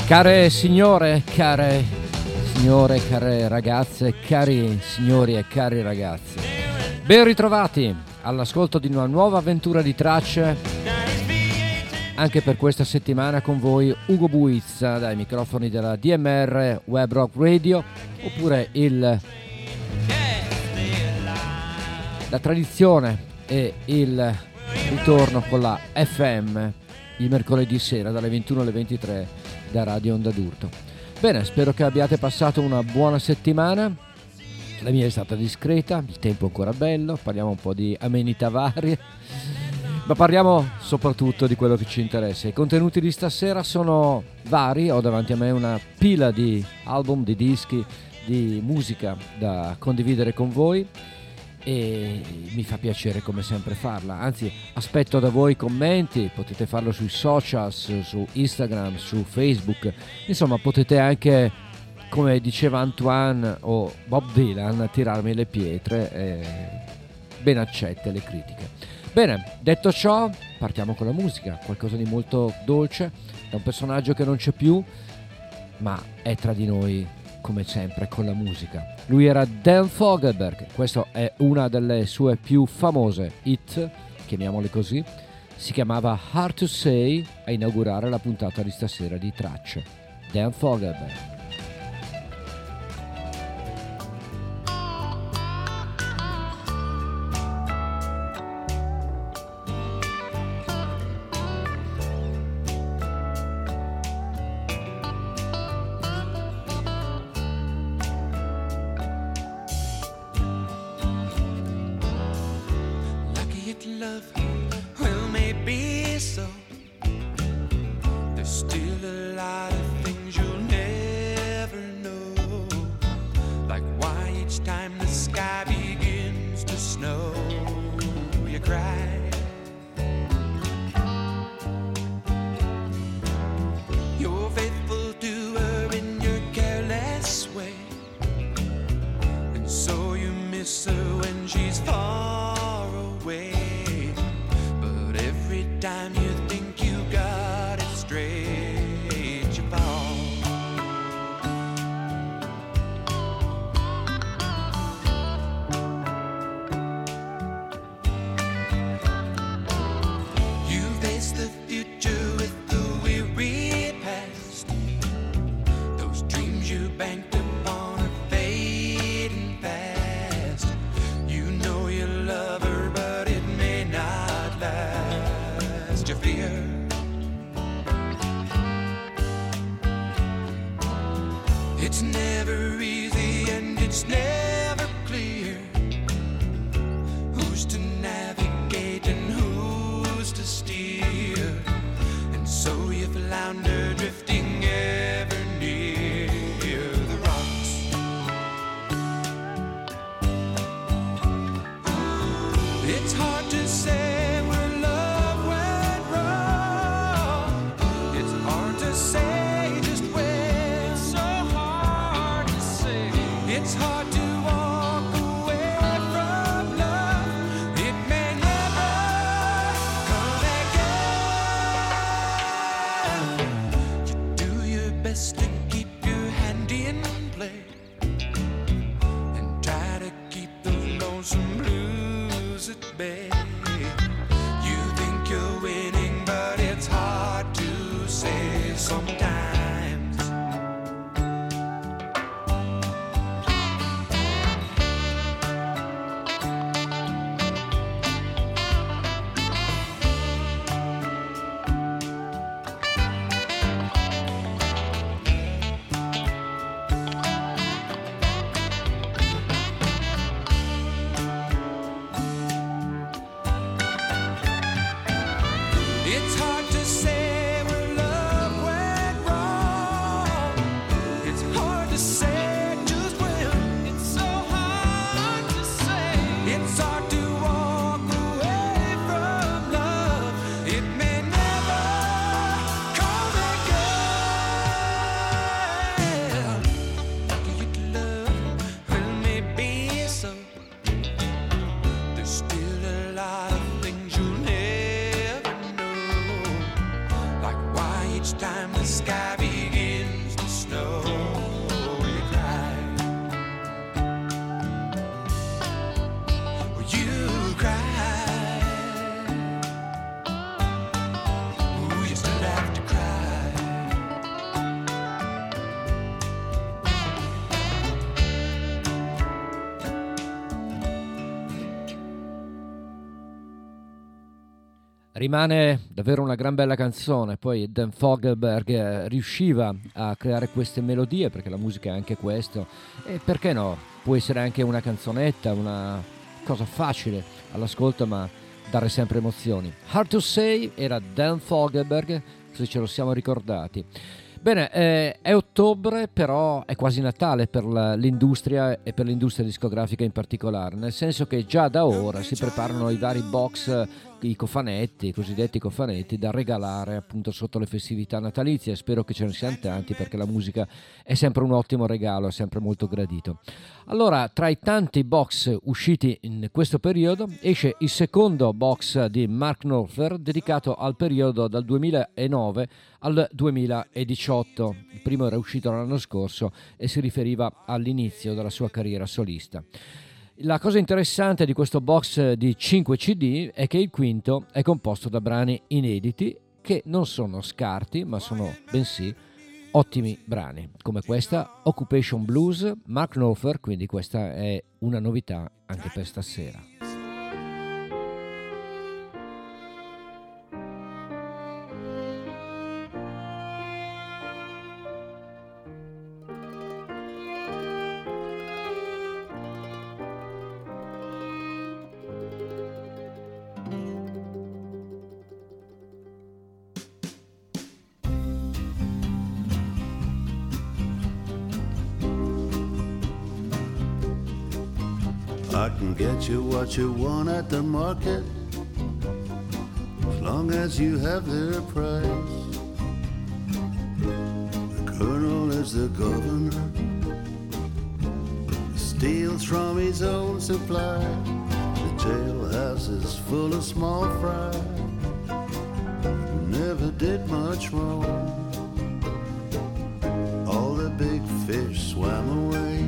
Care signore, care ragazze, cari signori e cari ragazzi, ben ritrovati all'ascolto di una nuova avventura di tracce. Anche per questa settimana con voi Ugo Buizza dai microfoni della DMR Web Rock Radio, oppure la tradizione e il ritorno con la FM il mercoledì sera dalle 21 alle 23 da Radio Onda d'Urto. Bene, spero che abbiate passato una buona settimana. La mia è stata discreta, il tempo è ancora bello, parliamo un po' di amenità varie, ma parliamo soprattutto di quello che ci interessa. I contenuti di stasera sono vari, ho davanti a me una pila di album, di dischi, di musica da condividere con voi e mi fa piacere come sempre farla. Anzi, aspetto da voi commenti, potete farlo sui social, su Instagram, su Facebook, insomma potete anche, come diceva Antoine o Bob Dylan, tirarmi le pietre, ben accette le critiche. Bene, detto ciò, partiamo con la musica, qualcosa di molto dolce, da un personaggio che non c'è più, ma è tra di noi come sempre con la musica. Lui era Dan Fogelberg, questa è una delle sue più famose hit, chiamiamole così, si chiamava Hard to Say, a inaugurare la puntata di stasera di Tracce. Dan Fogelberg. Time the sky begins Rimane davvero una gran bella canzone. Poi Dan Fogelberg riusciva a creare queste melodie, perché la musica è anche questo, e perché no, può essere anche una canzonetta, una cosa facile all'ascolto ma dare sempre emozioni. Hard to Say era Dan Fogelberg, se ce lo siamo ricordati. Bene, è ottobre, però è quasi Natale per l'industria e per l'industria discografica in particolare, nel senso che già da ora si preparano i vari box, i cofanetti, i cosiddetti cofanetti da regalare appunto sotto le festività natalizie. Spero che ce ne siano tanti, perché la musica è sempre un ottimo regalo, è sempre molto gradito. Allora, tra i tanti box usciti in questo periodo esce il secondo box di Mark Knopfler dedicato al periodo dal 2009 al 2018. Il primo era uscito l'anno scorso e si riferiva all'inizio della sua carriera solista. La cosa interessante di questo box di 5 CD è che il quinto è composto da brani inediti che non sono scarti, ma sono bensì ottimi brani, come questa Occupation Blues, Mark Knopfler, quindi questa è una novità anche per stasera. I can get you what you want at the market, as long as you have their price. The colonel is the governor, he steals from his own supply. The jailhouse is full of small fry, never did much wrong. All the big fish swam away.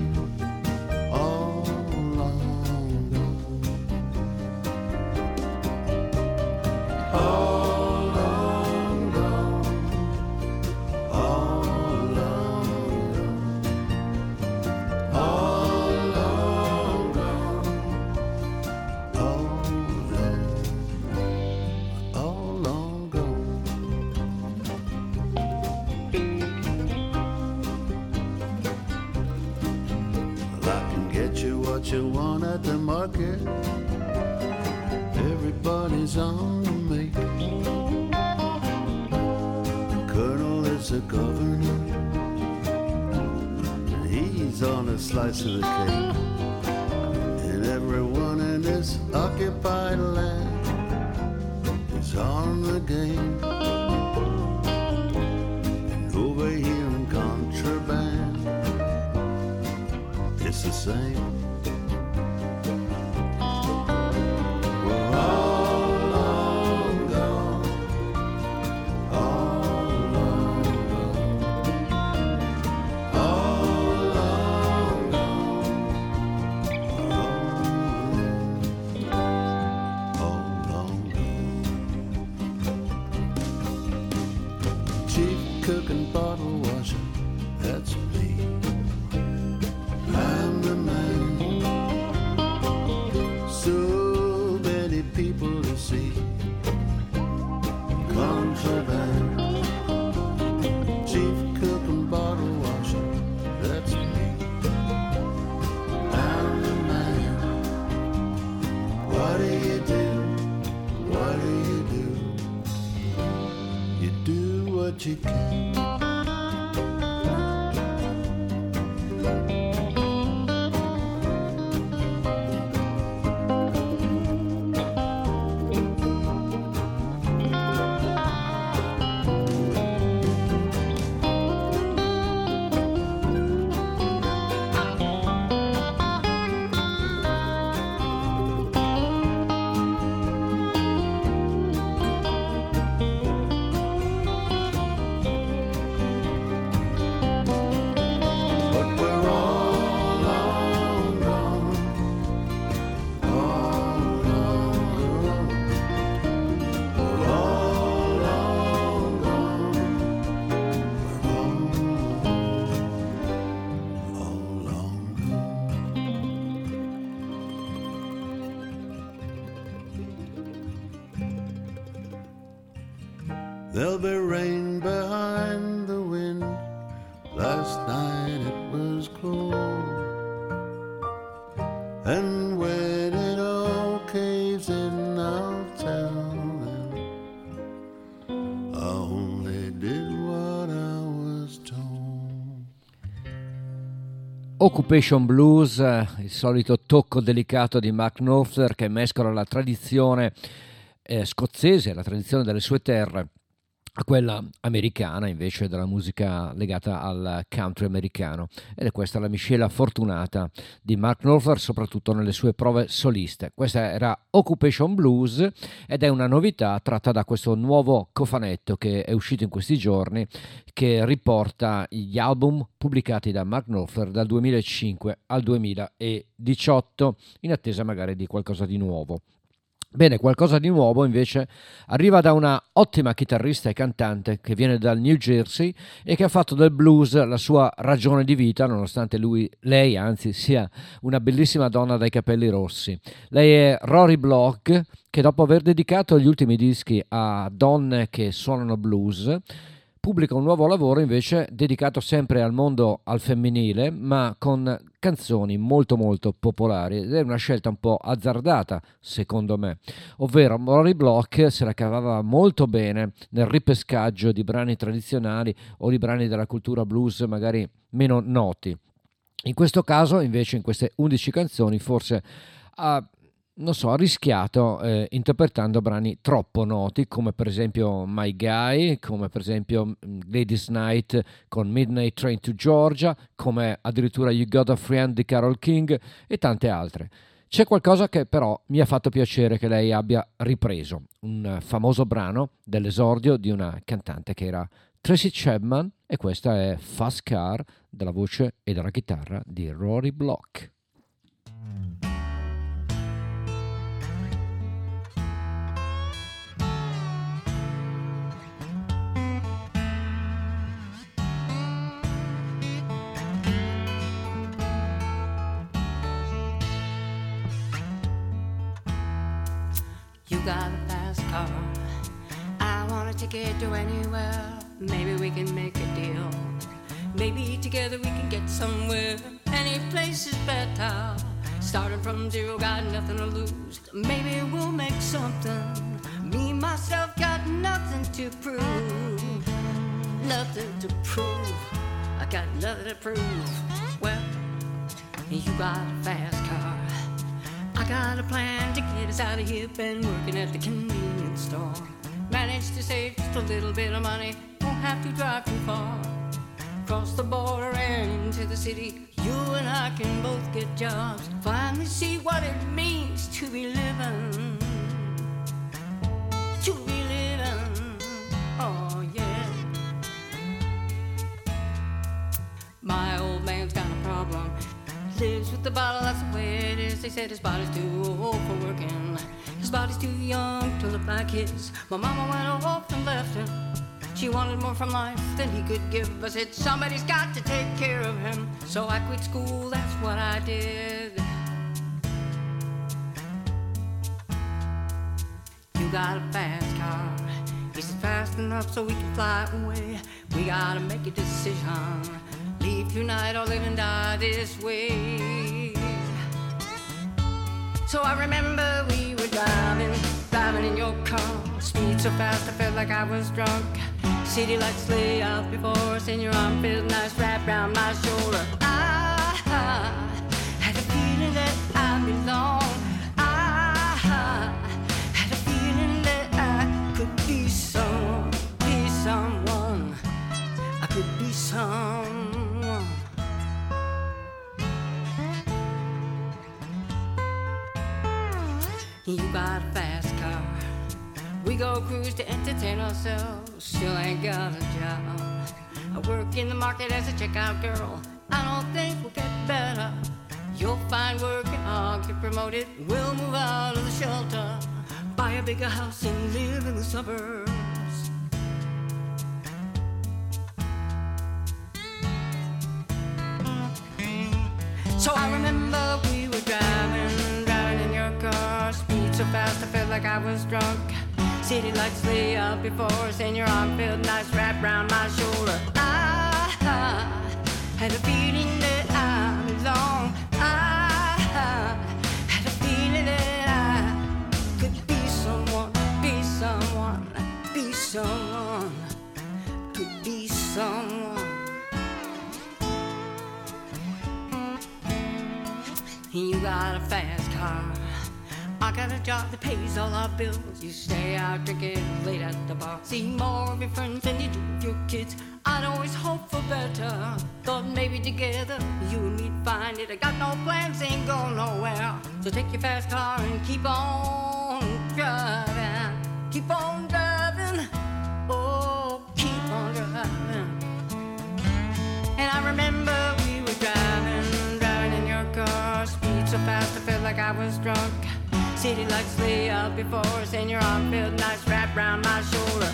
You want at the market, everybody's on the make. The colonel is the governor, and he's on a slice of the cake. And everyone in this occupied land is on the game. And over here in contraband, it's the same. You can. There'll be rain behind the wind. Last night it was cold, and when it all caves in, I'll tell them I only did what I was told. Occupation Blues, il solito tocco delicato di Mark Knopfler che mescola la tradizione scozzese, la tradizione delle sue terre, a quella americana invece della musica legata al country americano, ed è questa la miscela fortunata di Mark Knopfler, soprattutto nelle sue prove soliste. Questa era Occupation Blues ed è una novità tratta da questo nuovo cofanetto che è uscito in questi giorni, che riporta gli album pubblicati da Mark Knopfler dal 2005 al 2018, in attesa magari di qualcosa di nuovo. Bene, qualcosa di nuovo invece arriva da una ottima chitarrista e cantante che viene dal New Jersey e che ha fatto del blues la sua ragione di vita, nonostante lei sia una bellissima donna dai capelli rossi. Lei è Rory Block, che dopo aver dedicato gli ultimi dischi a donne che suonano blues, pubblica un nuovo lavoro invece dedicato sempre al mondo al femminile, ma con canzoni molto molto popolari, ed è una scelta un po' azzardata secondo me, ovvero Rory Block se la cavava molto bene nel ripescaggio di brani tradizionali o di brani della cultura blues magari meno noti. In questo caso invece, in queste 11 canzoni, forse ha rischiato interpretando brani troppo noti, come per esempio My Guy, come per esempio Ladies Night con Midnight Train to Georgia, come addirittura You Got a Friend di Carole King e tante altre. C'è qualcosa che però mi ha fatto piacere che lei abbia ripreso, un famoso brano dell'esordio di una cantante che era Tracy Chapman, e questa è Fast Car, dalla voce e dalla chitarra di Rory Block. You got a fast car, I want a ticket to anywhere. Maybe we can make a deal. Maybe together we can get somewhere. Any place is better. Starting from zero, got nothing to lose. Maybe we'll make something. Me, myself, got nothing to prove. Nothing to prove. I got nothing to prove. Well, you got a fast car, I got a plan to get us out of here. Been working at the convenience store. Managed to save just a little bit of money. Won't have to drive too far. Cross the border and into the city. You and I can both get jobs. Finally see what it means to be living. To be living. Oh yeah. My old man's got a problem. Lives with the bottle, that's the way it is. They said his body's too old for working. His body's too young to look like his. My mama went off and left him. She wanted more from life than he could give. I said, somebody's got to take care of him. So I quit school, that's what I did. You got a fast car. Is it fast enough so we can fly away? We gotta make a decision. Leave tonight or live and die this way. So I remember we were driving in your car. Speed so fast I felt like I was drunk. City lights lay out before us, and your arm felt nice wrapped around my shoulder. I had a feeling that I belong. I had a feeling that I could be someone. I could be someone. You got a fast car. We go cruise to entertain ourselves. Still ain't got a job. I work in the market as a checkout girl. I don't think we'll get better. You'll find work and I'll get promoted. We'll move out of the shelter, buy a bigger house and live in the suburbs. So I remember we were driving in your car. Speed so fast I felt like I was drunk. City lights lay up before us and your arm felt nice wrapped around my shoulder. I had a feeling that I belong. I had a feeling that I could be someone, be someone, be someone, could be someone. You got a fast car, I got a job that pays all our bills. You stay out drinking late at the bar, see more of your friends than you do of your kids. I'd always hope for better, thought maybe together you and me'd find it. I got no plans, ain't going nowhere, so take your fast car and keep on driving. Keep on driving, oh, keep on driving. And I remember we were driving in your car, speed so fast I felt like I was drunk. City lights lay up before us and your arm felt nice wrapped around my shoulder.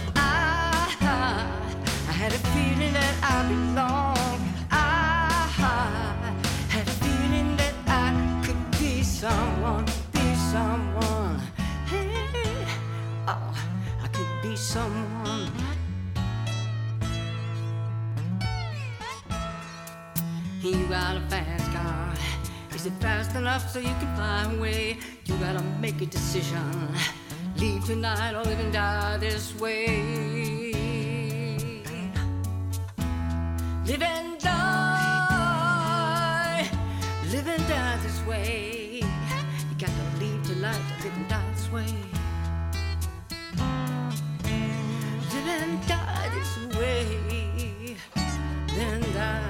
I had a feeling that I belong. I had a feeling that I could be someone, be someone. Hey, oh, I could be someone. You got a fast car. Is it fast enough so you can fly away? You gotta make a decision. Leave tonight or live and die this way. Live and die. Live and die this way. You gotta leave tonight or live and die this way. Live and die this way. Live and die.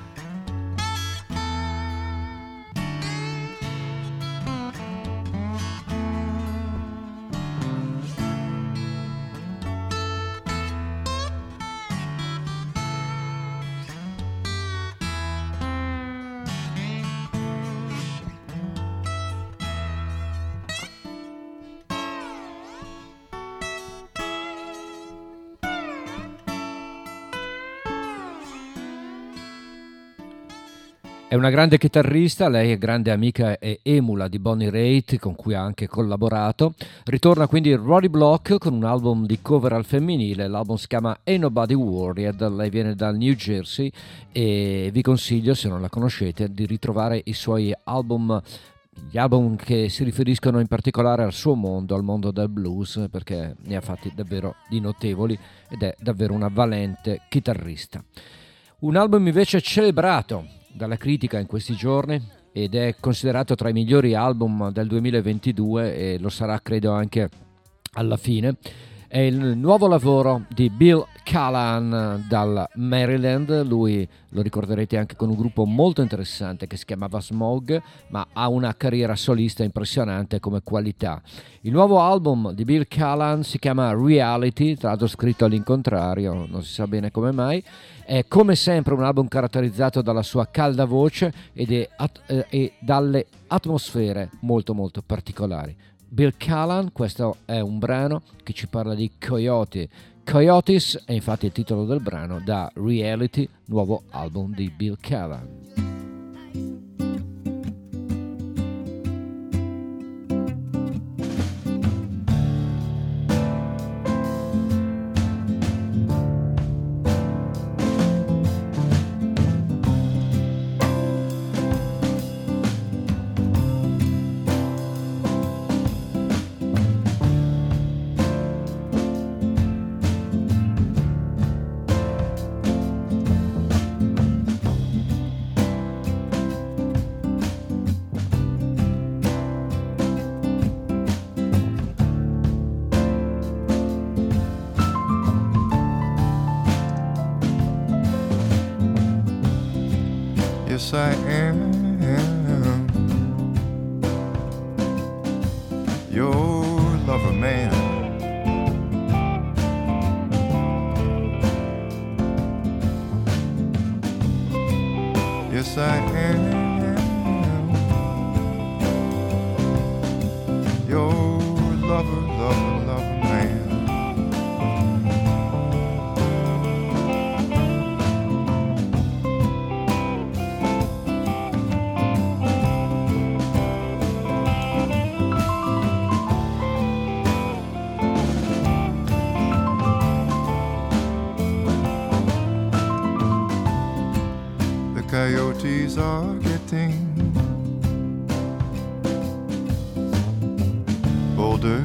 È una grande chitarrista, lei è grande amica e emula di Bonnie Raitt, con cui ha anche collaborato. Ritorna quindi Roddy Block con un album di cover al femminile, l'album si chiama Ain't Nobody Worried, lei viene dal New Jersey e vi consiglio, se non la conoscete, di ritrovare i suoi album, gli album che si riferiscono in particolare al suo mondo, al mondo del blues, perché ne ha fatti davvero di notevoli ed è davvero una valente chitarrista. Un album invece celebrato dalla critica in questi giorni ed è considerato tra i migliori album del 2022 e lo sarà credo anche alla fine. È il nuovo lavoro di Bill Callahan dal Maryland. Lui lo ricorderete anche con un gruppo molto interessante che si chiamava Smog, ma ha una carriera solista impressionante come qualità. Il nuovo album di Bill Callahan si chiama Reality, tra l'altro scritto all'incontrario, non si sa bene come mai. È come sempre un album caratterizzato dalla sua calda voce e dalle atmosfere molto molto particolari. Bill Callahan, questo è un brano che ci parla di Coyote. Coyotes è infatti il titolo del brano da Reality, nuovo album di Bill Callahan. Yes, I am your lover man. Yes, I am your lover, lover, lover man. getting older.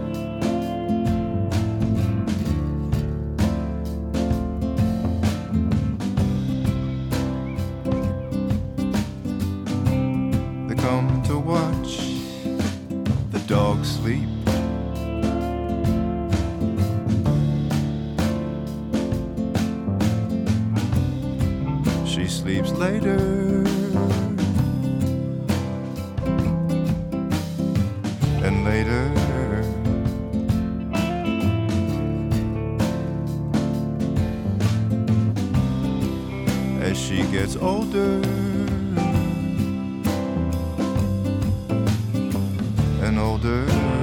They come to watch the dog sleep. She sleeps later and later. As she gets older and older,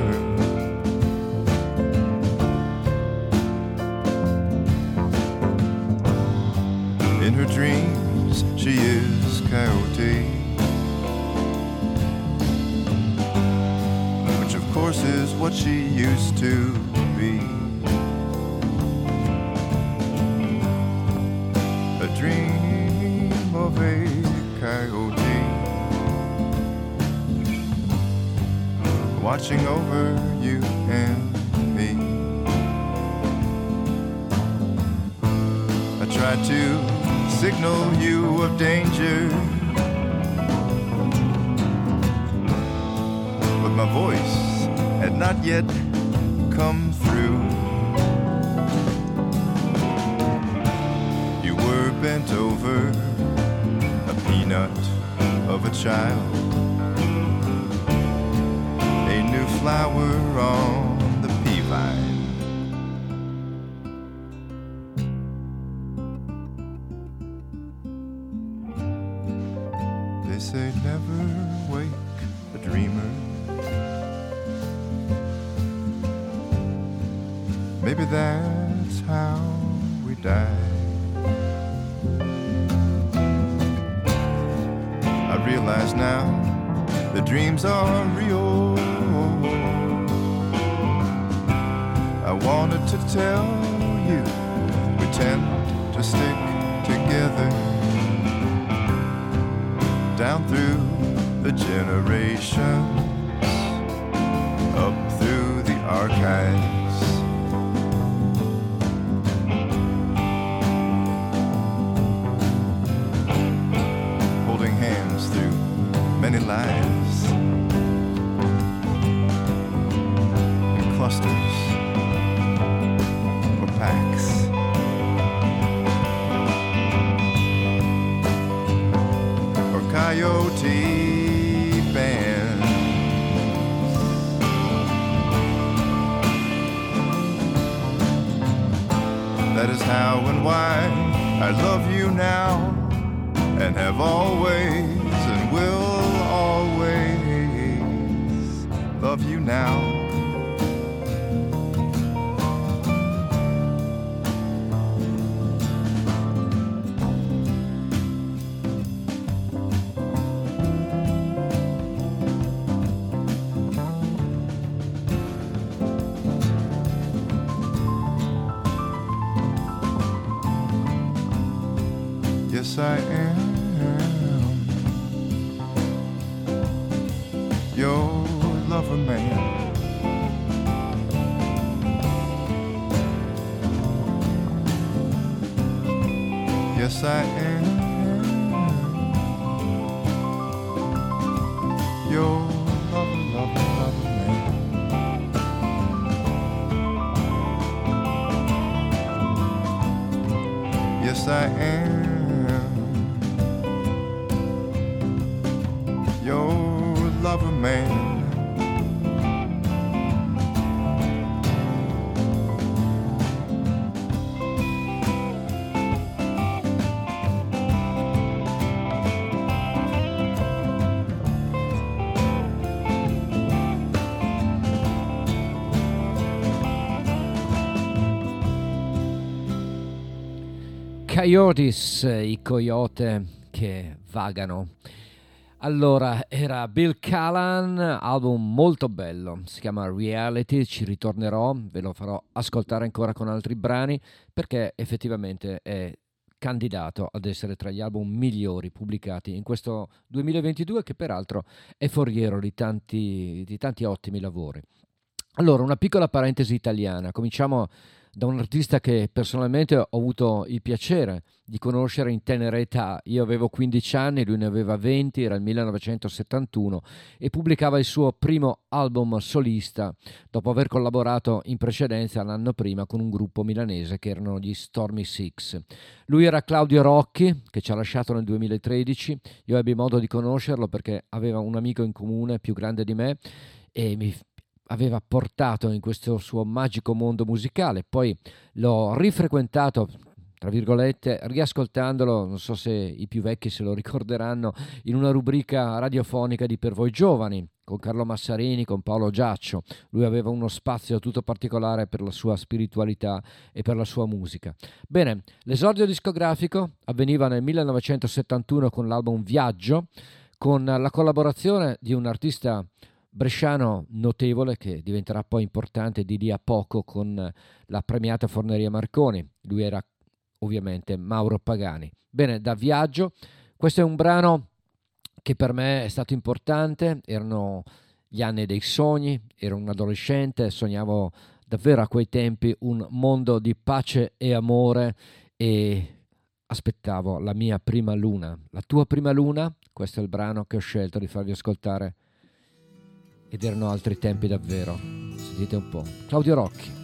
in her dreams she is Coyote, which of course is what she used to be. A dream of a coyote watching over you and me. I tried to signal you of danger, but my voice had not yet come through. You were bent over, a peanut of a child, a new flower on the pea vine. They say never wake a dreamer. Maybe that's how we die. I realize now the dreams are real. I wanted to tell you we tend to stick together down through the generations, up through the archives. Holding hands through many lives in clusters or packs. Coyote bands. That is how and why I love you now, and have always and will always love you now. Yes, I am your lover man. Yes, I am your lover man. Yes, I am your lover man. Coyotes, i coyote che vagano. Allora, era Bill Callan, album molto bello, si chiama Reality, ci ritornerò, ve lo farò ascoltare ancora con altri brani, perché effettivamente è candidato ad essere tra gli album migliori pubblicati in questo 2022, che peraltro è foriero di tanti ottimi lavori. Allora, una piccola parentesi italiana. Cominciamo da un artista che personalmente ho avuto il piacere di conoscere in tenera età. Io avevo 15 anni, lui ne aveva 20, era il 1971 e pubblicava il suo primo album solista dopo aver collaborato in precedenza l'anno prima con un gruppo milanese che erano gli Stormy Six. Lui era Claudio Rocchi, che ci ha lasciato nel 2013. Io ebbi modo di conoscerlo perché aveva un amico in comune più grande di me e mi aveva portato in questo suo magico mondo musicale. Poi l'ho rifrequentato, tra virgolette, riascoltandolo, non so se i più vecchi se lo ricorderanno, in una rubrica radiofonica di Per Voi Giovani, con Carlo Massarini, con Paolo Giaccio. Lui aveva uno spazio tutto particolare per la sua spiritualità e per la sua musica. Bene, l'esordio discografico avveniva nel 1971 con l'album Viaggio, con la collaborazione di un artista bresciano notevole che diventerà poi importante di lì a poco con la premiata Forneria Marconi. Lui era ovviamente Mauro Pagani. Bene, da Viaggio, questo è un brano che per me è stato importante, erano gli anni dei sogni, ero un adolescente, sognavo davvero a quei tempi un mondo di pace e amore e aspettavo la mia prima luna. La tua prima luna? Questo è il brano che ho scelto di farvi ascoltare. Ed erano altri tempi davvero. Sentite un po'. Claudio Rocchi.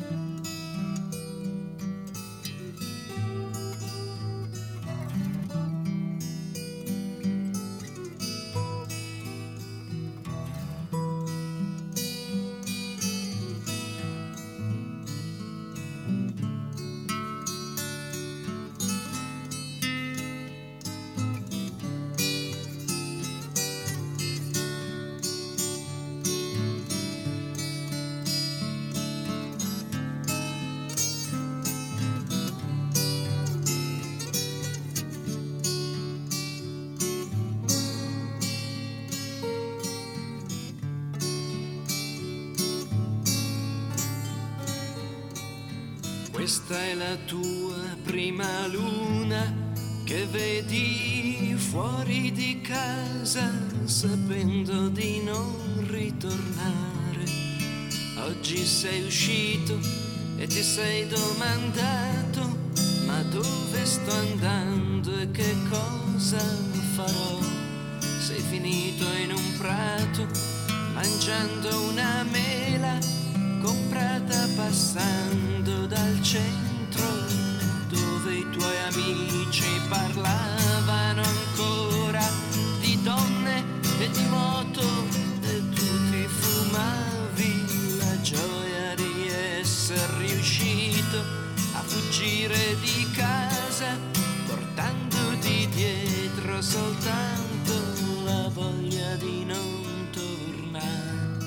Questa è la tua prima luna che vedi fuori di casa sapendo di non ritornare. Oggi sei uscito e ti sei domandato ma dove sto andando e che cosa farò. Sei finito in un prato mangiando una mela comprata passando dal centro dove i tuoi amici parlavano ancora di donne e di moto e tu ti fumavi la gioia di essere riuscito a fuggire di casa portandoti dietro soltanto la voglia di non tornare.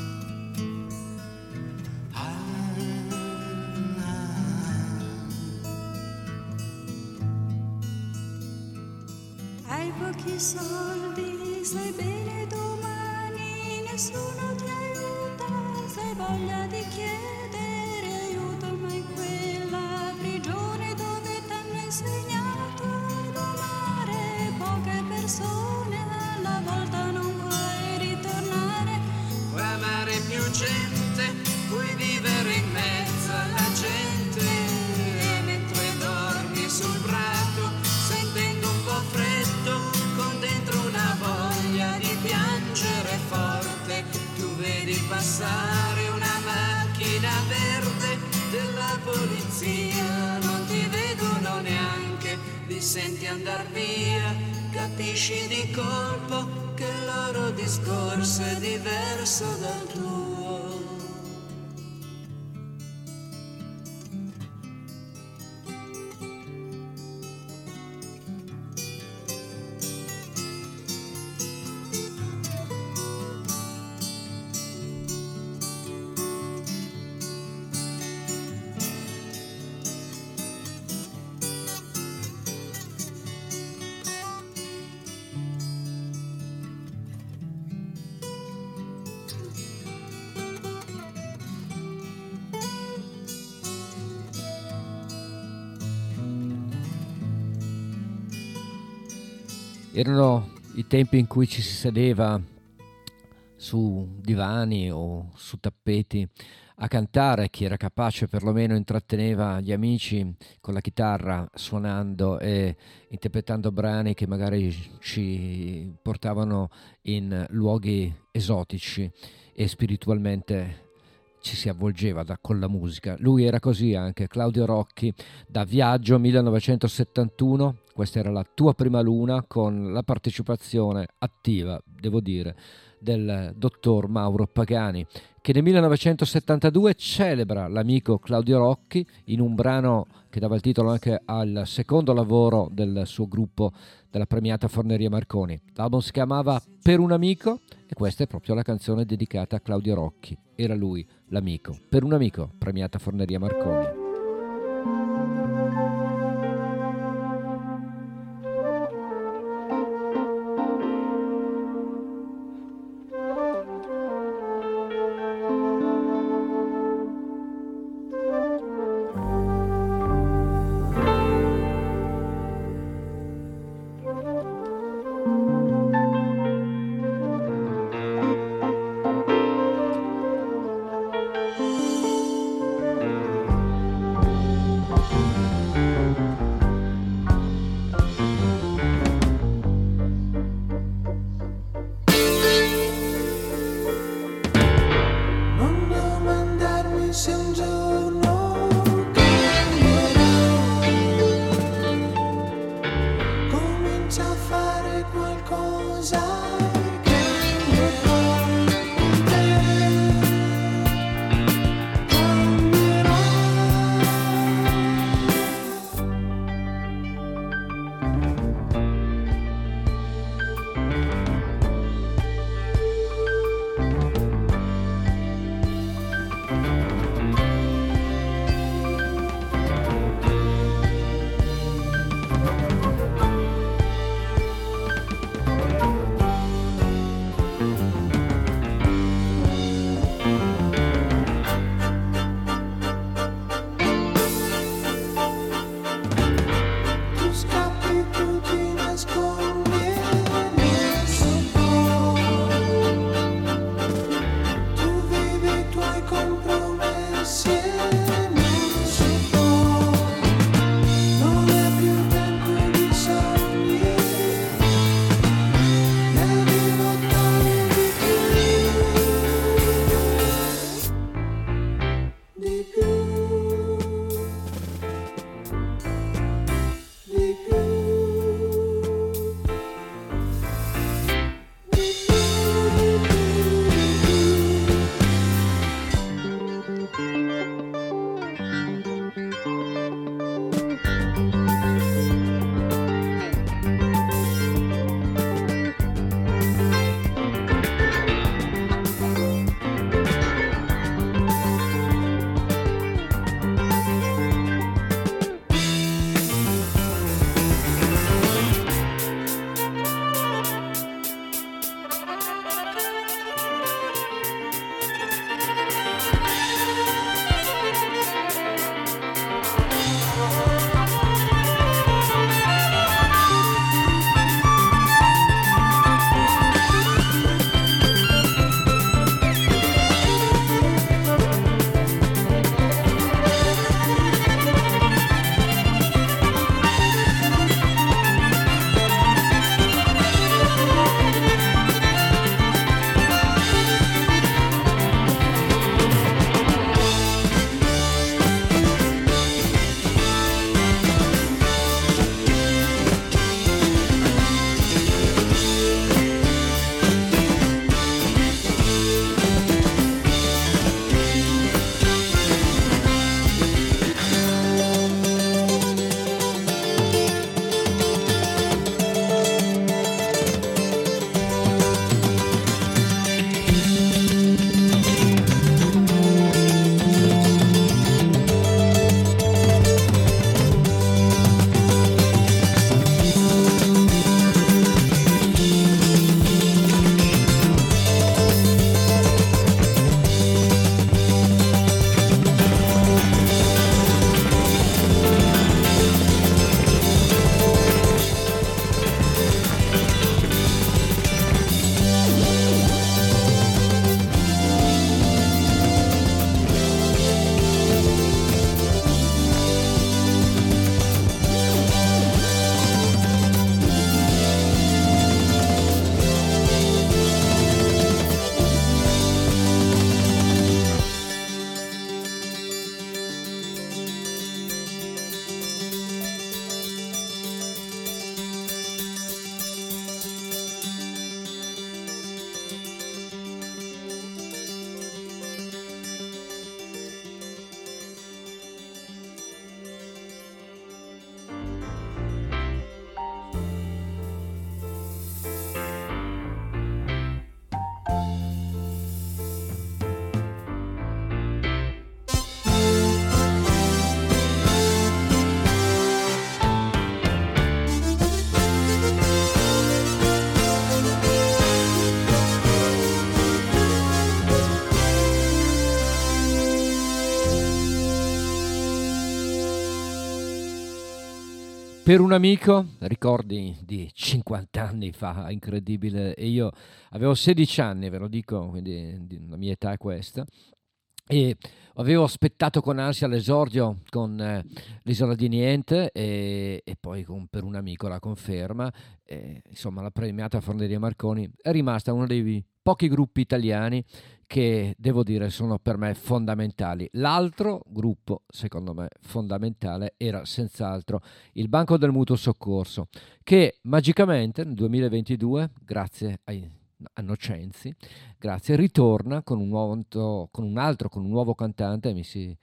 Pochi soldi, sai bene domani nessuno ti aiuta, sai voglia di chiedere aiuto, ma in quella prigione dove t'hanno insegnato ad amare poche persone alla volta non puoi ritornare. Puoi amare più gente, puoi vivere in mezzo alla gente e mentre dormi sul prato sentendo un po' freddo con dentro una voglia di piangere forte, tu vedi passare una macchina verde della polizia, non ti vedono neanche, li senti andar via, capisci di colpo che il loro discorso è diverso dal tuo. Erano i tempi in cui ci si sedeva su divani o su tappeti a cantare, chi era capace perlomeno intratteneva gli amici con la chitarra, suonando e interpretando brani che magari ci portavano in luoghi esotici e spiritualmente ci si avvolgeva con la musica. Lui era così anche, Claudio Rocchi, da Viaggio 1971, questa era la tua prima luna, con la partecipazione attiva, devo dire, del dottor Mauro Pagani, che nel 1972 celebra l'amico Claudio Rocchi in un brano che dava il titolo anche al secondo lavoro del suo gruppo, della premiata Forneria Marconi. L'album si chiamava Per un amico e questa è proprio la canzone dedicata a Claudio Rocchi. Era lui l'amico. Per un amico, premiata Forneria Marconi. Per un amico, ricordi di 50 anni fa, incredibile, e io avevo 16 anni, ve lo dico, quindi la mia età è questa, e avevo aspettato con ansia l'esordio con l'Isola di Niente e poi per un amico la conferma. Insomma, la premiata Forneria Marconi è rimasta uno dei pochi gruppi italiani che devo dire sono per me fondamentali. L'altro gruppo, secondo me, fondamentale era senz'altro il Banco del Mutuo Soccorso, che magicamente nel 2022, grazie a Nocenzi, grazie, ritorna con un nuovo cantante.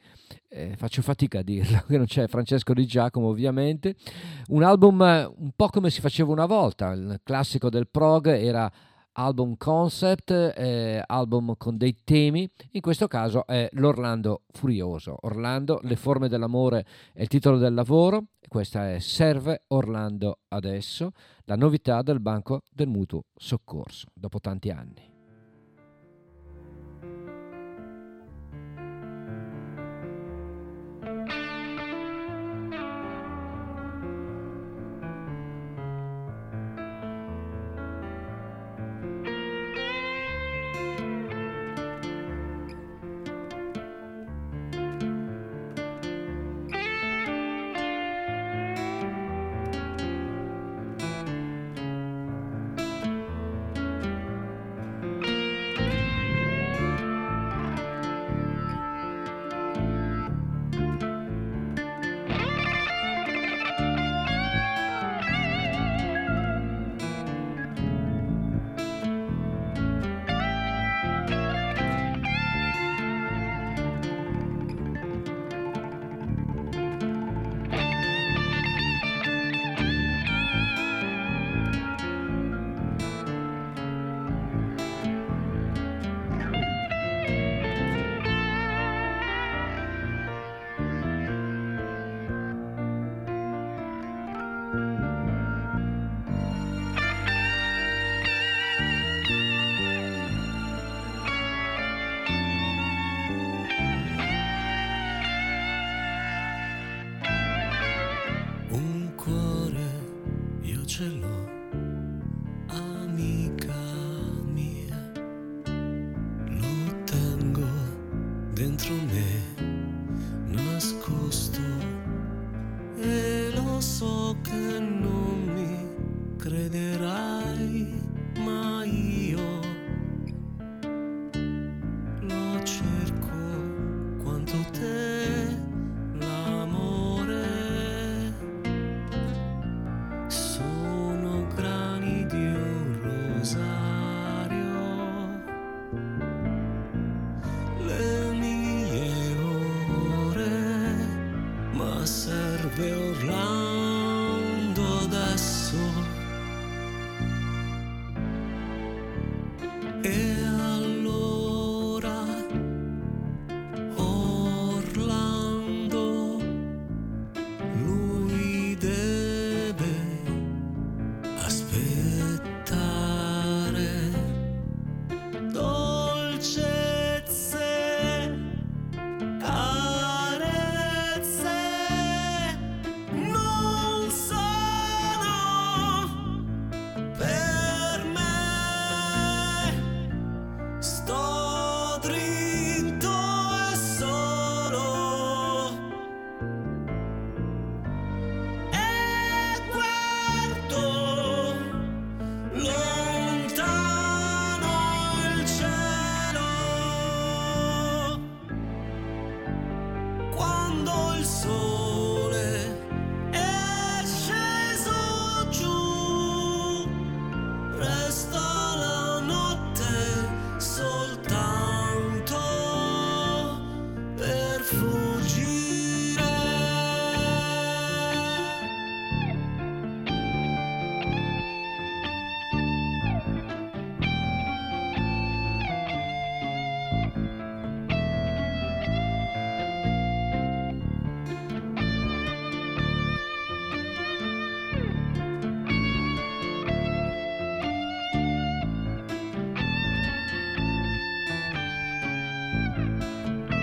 Faccio fatica a dirlo, che non c'è Francesco Di Giacomo ovviamente. Un album un po' come si faceva una volta, il classico del prog era album concept, album con dei temi. In questo caso è l'Orlando Furioso. Orlando, le forme dell'amore è il titolo del lavoro, e questa è Serve Orlando adesso, la novità del Banco del Mutuo Soccorso dopo tanti anni.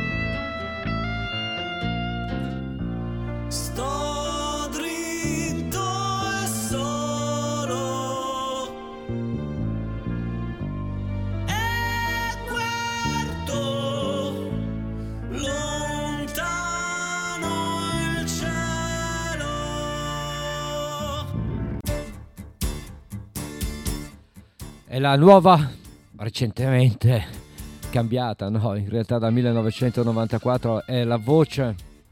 Sto dritto È la nuova, recentemente cambiata, no? In realtà dal 1994 è la voce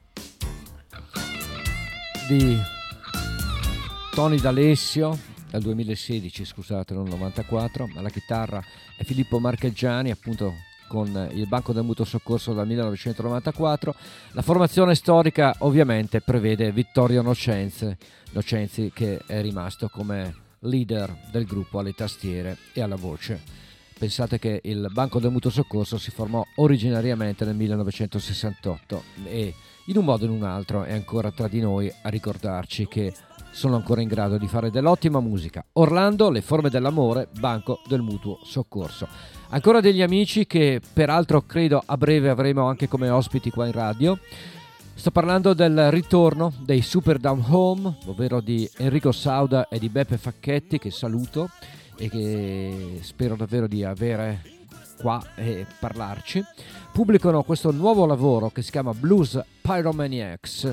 di Tony D'Alessio, dal 2016, scusate, non 94, alla chitarra è Filippo Marcheggiani, appunto con il Banco del Mutuo Soccorso dal 1994. La formazione storica ovviamente prevede Vittorio Nocenzi, che è rimasto come leader del gruppo alle tastiere e alla voce. Pensate che il Banco del Mutuo Soccorso si formò originariamente nel 1968 e in un modo o in un altro è ancora tra di noi a ricordarci che sono ancora in grado di fare dell'ottima musica. Orlando, Le forme dell'amore, Banco del Mutuo Soccorso. Ancora degli amici che peraltro credo a breve avremo anche come ospiti qua in radio. Sto parlando del ritorno dei Super Down Home, ovvero di Enrico Sauda e di Beppe Facchetti, che saluto e che spero davvero di avere qua e parlarci. Pubblicano questo nuovo lavoro che si chiama Blues Pyromaniacs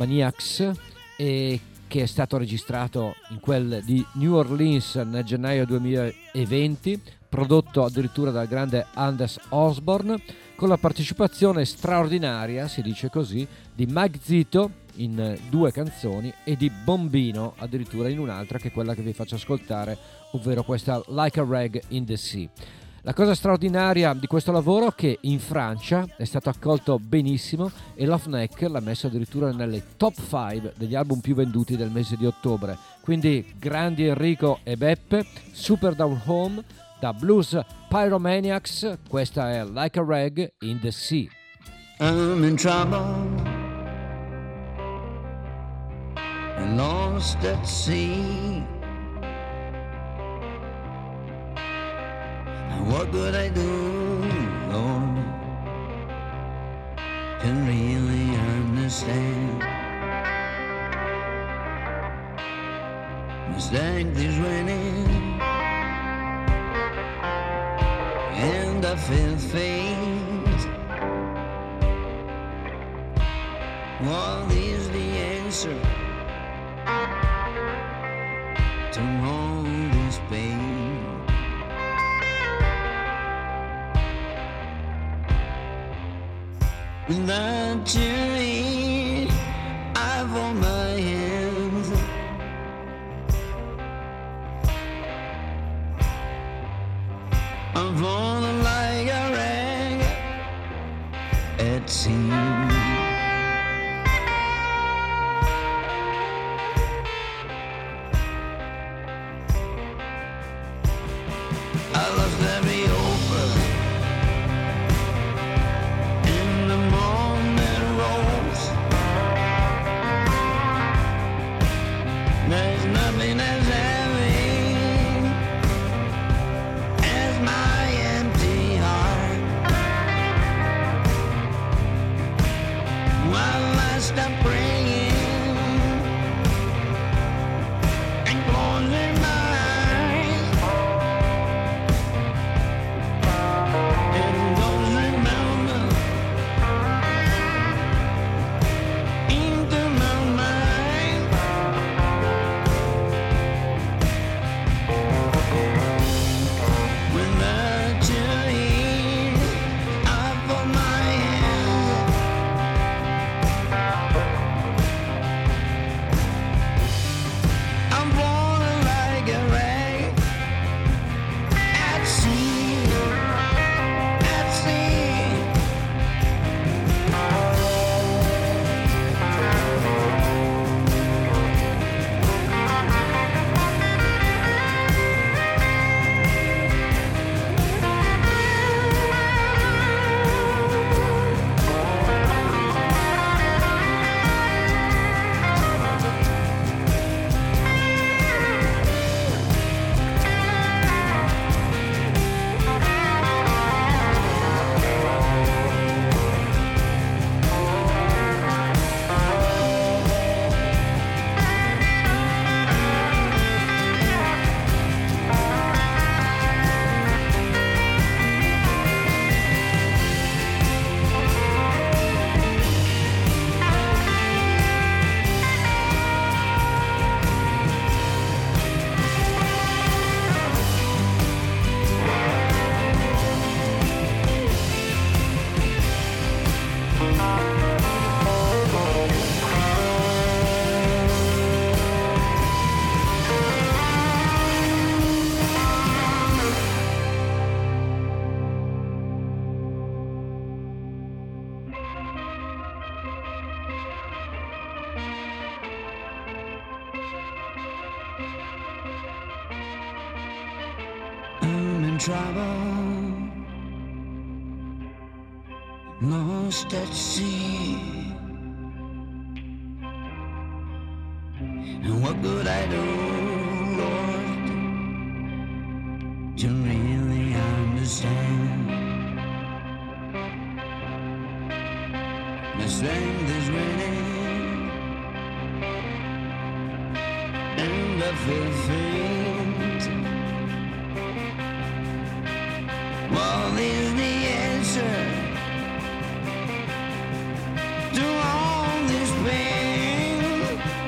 e che è stato registrato in quel di New Orleans nel gennaio 2020, prodotto addirittura dal grande Anders Osborne, con la partecipazione straordinaria, si dice così, di Mike Zito in 2 canzoni e di Bombino addirittura in un'altra, che è quella che vi faccio ascoltare, ovvero questa Like a Rag in the Sea. La cosa straordinaria di questo lavoro è che in Francia è stato accolto benissimo e Love Neck l'ha messo addirittura nelle top 5 degli album più venduti del mese di ottobre. Quindi grandi Enrico e Beppe, Super Down Home, da Blues Pyromaniacs, questa è Like a Rag in the Sea. I'm in trouble and lost at sea. What could I do, Lord, to really understand? Mistake is raining and I feel faint. What is the answer to all this pain? Without you, I've on my hands. I'm falling like a rag at sea. trouble, lost at sea. And what could I do, Lord, to really understand? My strength is waning, and I feel faint. What is the answer to all this pain?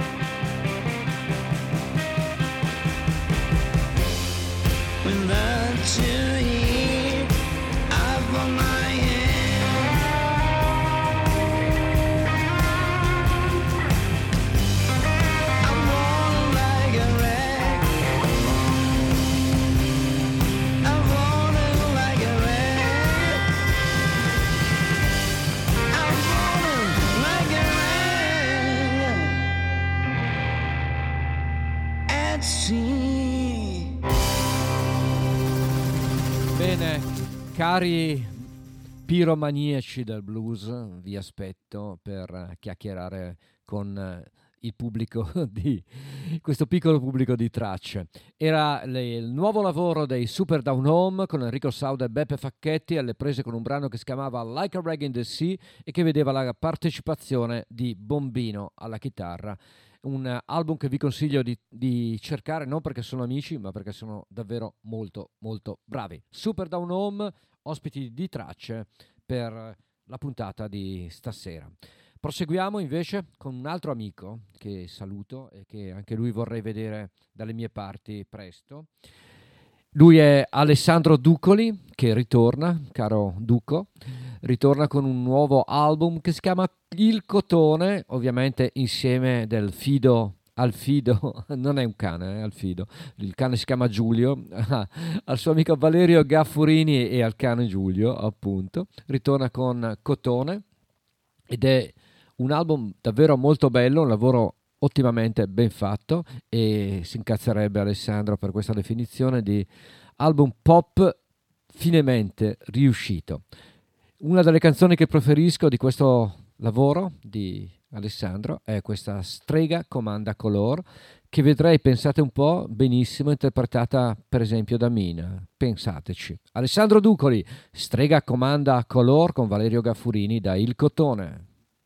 Without you here, I found my Bene, cari piromaniaci del blues, vi aspetto per chiacchierare con il pubblico di questo piccolo pubblico di tracce. Era il nuovo lavoro dei Super Down Home con Enrico Sauda e Beppe Facchetti, alle prese con un brano che si chiamava Like a Rag in the Sea e che vedeva la partecipazione di Bombino alla chitarra. Un album che vi consiglio di cercare, non perché sono amici, ma perché sono davvero molto molto bravi. Super Down Home, ospiti di tracce per la puntata di stasera. Proseguiamo invece con un altro amico che saluto e che anche lui vorrei vedere dalle mie parti presto. Lui è Alessandro Ducoli, che ritorna, caro Duco, ritorna con un nuovo album che si chiama Il Cotone, ovviamente insieme del Fido al Fido, non è un cane, al Fido, il cane si chiama Giulio, al suo amico Valerio Gaffurini e al cane Giulio, appunto. Ritorna con Cotone ed è un album davvero molto bello, un lavoro ottimamente ben fatto, e si incazzerebbe Alessandro per questa definizione di album pop finemente riuscito. Una delle canzoni che preferisco di questo lavoro di Alessandro è questa Strega comanda color, che vedrei, pensate un po', benissimo interpretata per esempio da Mina. Pensateci. Alessandro Ducoli, Strega comanda color con Valerio Gaffurini da Il Cotone.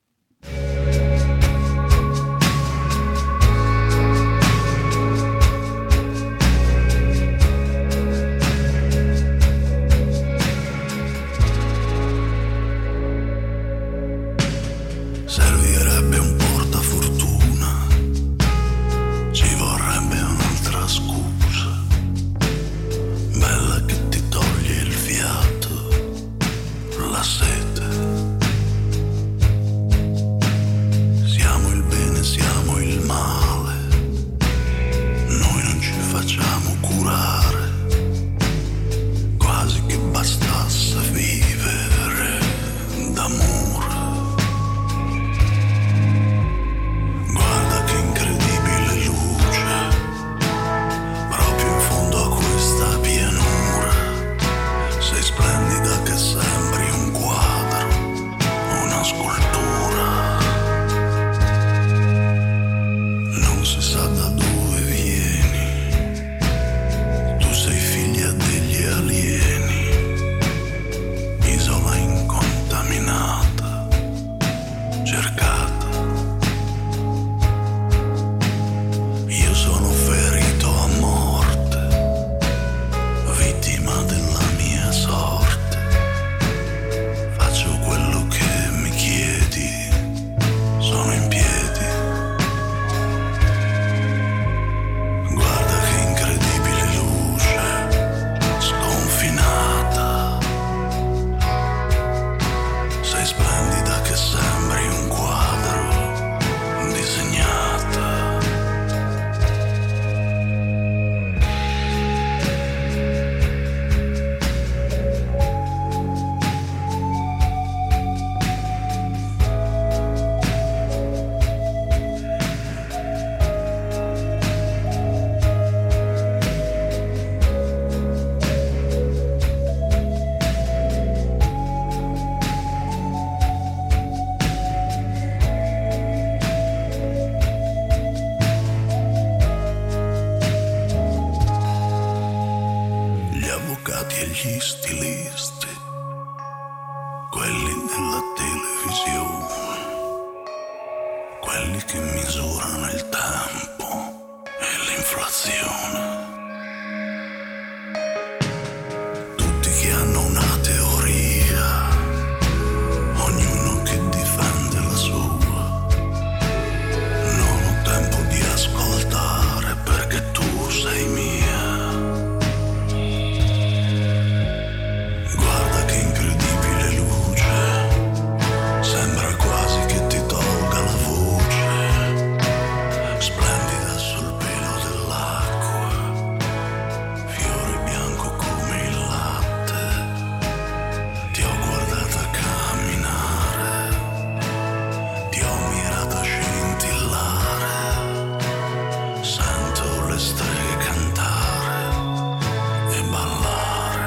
Servirebbe un portafortuna, ci vorrebbe un'altra scusa, bella che ti toglie il fiato, la sete. gli stilisti, quelli nella televisione, quelli che misurano il tempo e l'inflazione. Tutti che hanno una teoria, ognuno che difende la sua. Non ho tempo di ascoltare perché tu sei mia. Guarda che incredibile luce, sembra quasi che ti tolga la voce, splendida sul pelo dell'acqua, fiore bianco come il latte. Ti ho guardata camminare, ti ho mirata scintillare, sento le streghe cantare e ballare.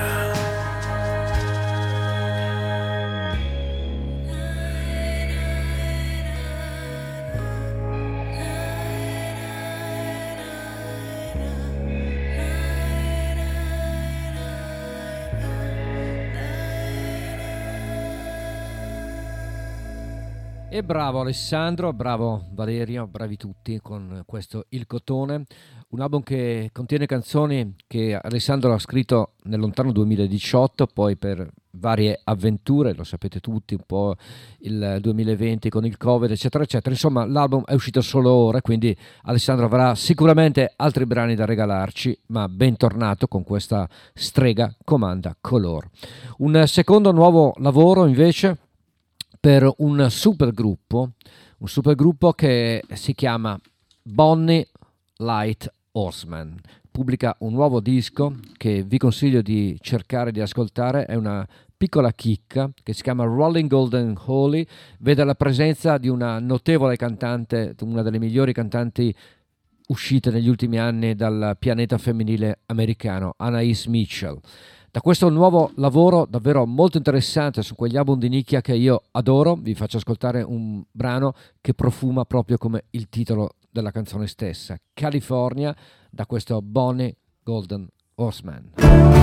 E bravo Alessandro, bravo Valerio, bravi tutti con questo Il Cotone, un album che contiene canzoni che Alessandro ha scritto nel lontano 2018, poi per varie avventure, lo sapete tutti, un po' il 2020 con il Covid, eccetera, eccetera. Insomma, l'album è uscito solo ora, quindi Alessandro avrà sicuramente altri brani da regalarci, ma bentornato con questa strega comanda Color. Un secondo nuovo lavoro invece per un supergruppo che si chiama Bonnie Light Horseman. Pubblica un nuovo disco che vi consiglio di cercare di ascoltare, è una piccola chicca che si chiama Rolling Golden Holy, vede la presenza di una notevole cantante, una delle migliori cantanti uscite negli ultimi anni dal pianeta femminile americano, Anais Mitchell. Da questo nuovo lavoro davvero molto interessante su quegli album di nicchia che io adoro, vi faccio ascoltare un brano che profuma proprio come il titolo della canzone stessa, California, da questo Bonnie Golden Horseman.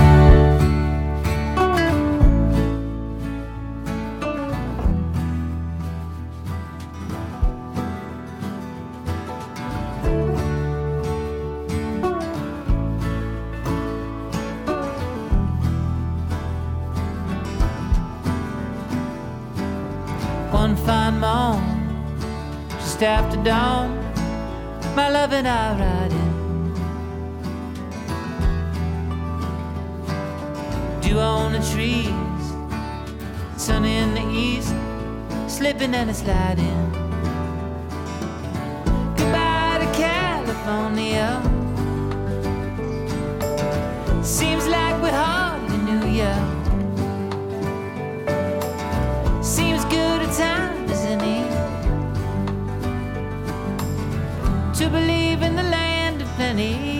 One fine morn, just after dawn, my love and I ride in. Dew on the trees, sunny in the east, slipping and it's sliding. Goodbye to California. Seems like we hardly knew ya. Seems good a time as any to believe in the land of plenty.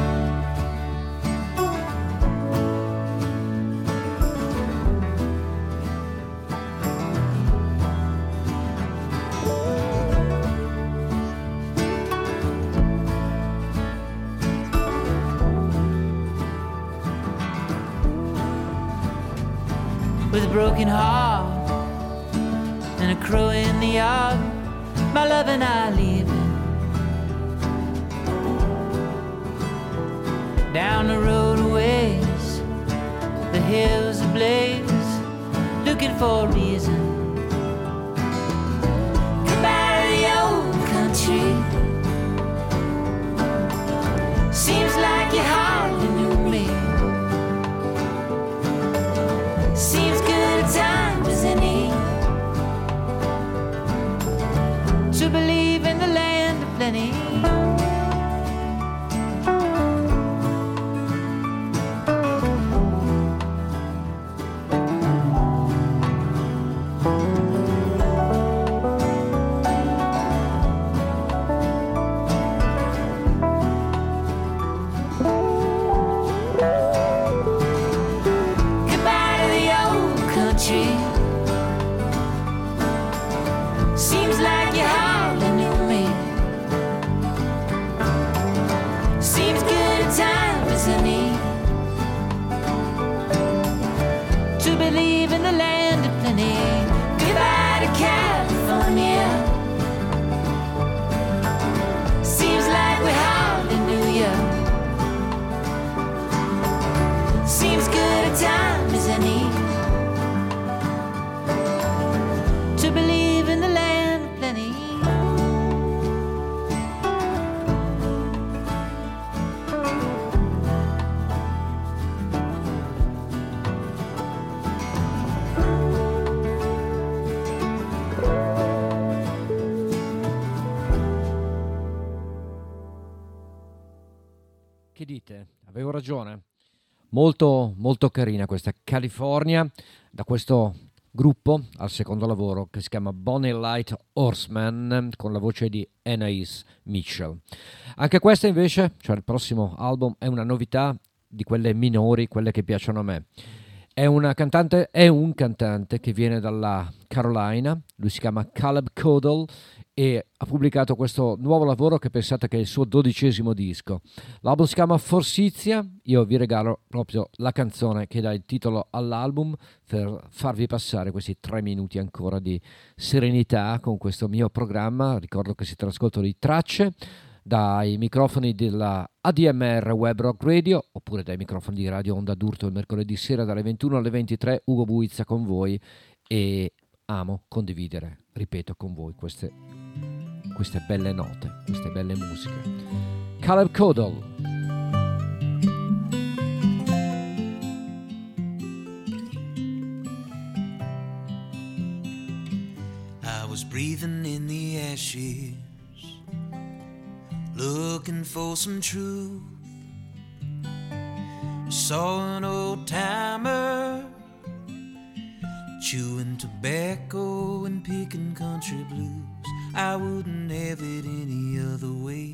With a broken heart and a crow in the yard, my love and I leaving down the road a ways, the hills ablaze, looking for a reason. Goodbye to the old country. Seems like you hardly knew me. Seems good a time as any to believe in the land of plenty. Seems like you hardly knew me. need to believe in the land of plenty. Che dite? Avevo ragione. Molto molto carina questa California, da questo gruppo al secondo lavoro che si chiama Bonnie Light Horseman, con la voce di Anais Mitchell. Anche questa invece, cioè il prossimo album, è una novità di quelle minori, quelle che piacciono a me. È un cantante che viene dalla Carolina, lui si chiama Caleb Caudle e ha pubblicato questo nuovo lavoro che pensate che è il suo 12° disco. L'album si chiama Forsythia. Io vi regalo proprio la canzone che dà il titolo all'album per farvi passare questi 3 minuti ancora di serenità con questo mio programma. Ricordo che si trascoltano di tracce dai microfoni della ADMR Web Rock Radio oppure dai microfoni di Radio Onda d'Urto il mercoledì sera dalle 21 alle 23. Ugo Buizza con voi e amo condividere, ripeto, con voi queste belle note, queste belle musiche. Caleb Caudle. I was breathing in the ashes, looking for some truth. I saw an old timer chewing tobacco and picking country blues. I wouldn't have it any other way.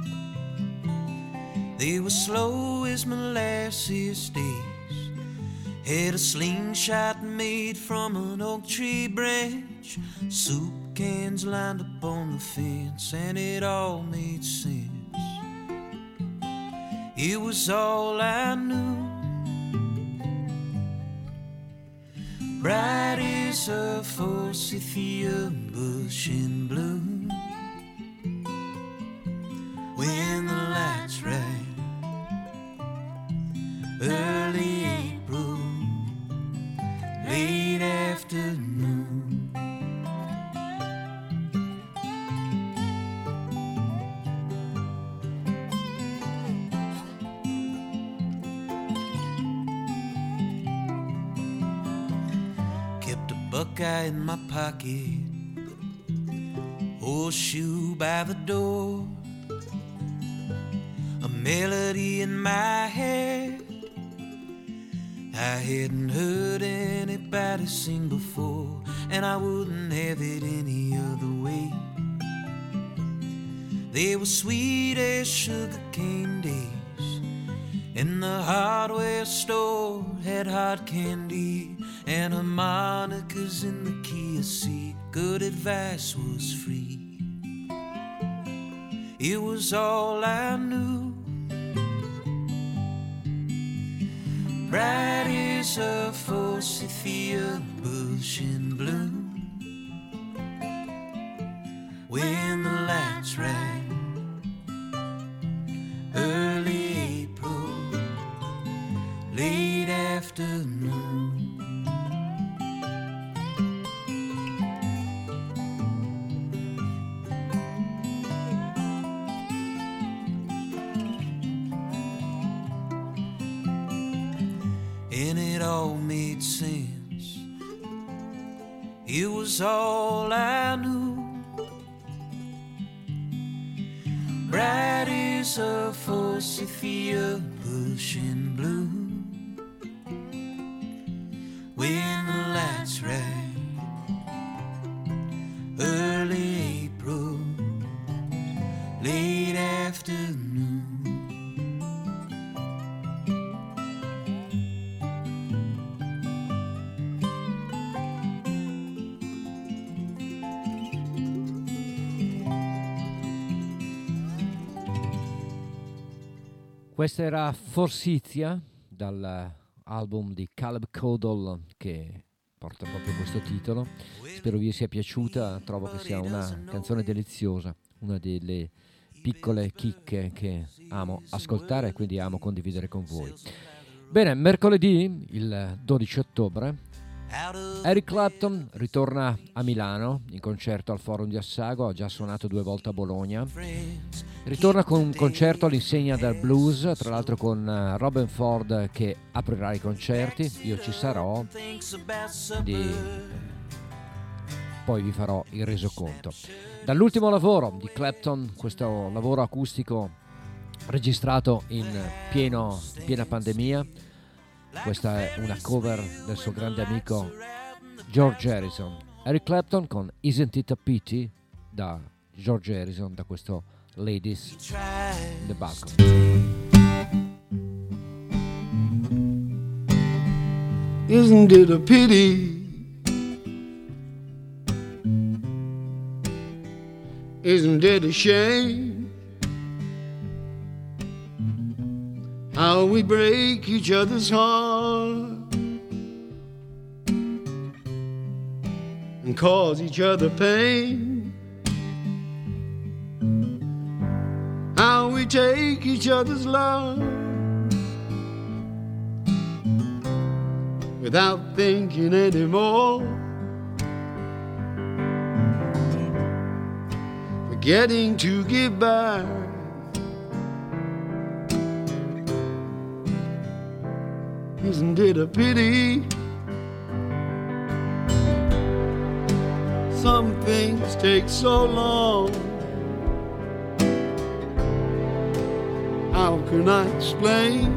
They were slow as molasses days, had a slingshot made from an oak tree branch, soup cans lined up on the fence, and it all made sense. It was all I knew. Bright as a forsythia bush in bloom, when the lights right, early April, late afternoon. Buckeye in my pocket, horseshoe by the door, a melody in my head I hadn't heard anybody sing before, and I wouldn't have it any other way. They were sweet as sugarcane days, and the hardware store had hard candy and harmonicas in the key of C. Good advice was free. It was all I knew. Bright as a forsythia bush in bloom, when the lights right, early April, late afternoon. And it all made sense. It was all I knew. Bright as a forsythia bush in bloom, when the lights right, early April, late afternoon. Questa era Forsythia dall'album di Caleb Caudle che porta proprio questo titolo. Spero vi sia piaciuta, trovo che sia una canzone deliziosa, una delle piccole chicche che amo ascoltare e quindi amo condividere con voi. Bene, mercoledì, il 12 ottobre, Eric Clapton ritorna a Milano in concerto al Forum di Assago, ha già suonato 2 volte a Bologna. Ritorna con un concerto all'insegna del blues, tra l'altro con Robin Ford che aprirà i concerti, io ci sarò, poi vi farò il resoconto. Dall'ultimo lavoro di Clapton, questo lavoro acustico registrato in piena pandemia, questa è una cover del suo grande amico George Harrison. Eric Clapton con Isn't It a Pity da George Harrison, da questo Ladies in the Balcony. Isn't it a pity? Isn't it a shame? How we break each other's heart and cause each other pain. How we take each other's love without thinking anymore, forgetting to give back. Isn't it a pity? Some things take so long. How can I explain?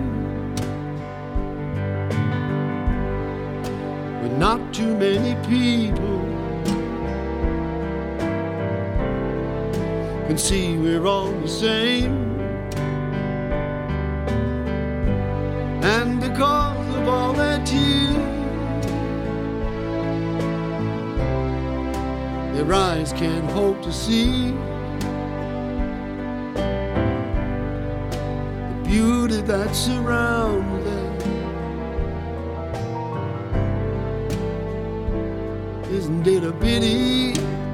But not too many people can see we're all the same. And because of all their tears, their eyes can't hope to see the beauty that surrounds them. Isn't it a pity?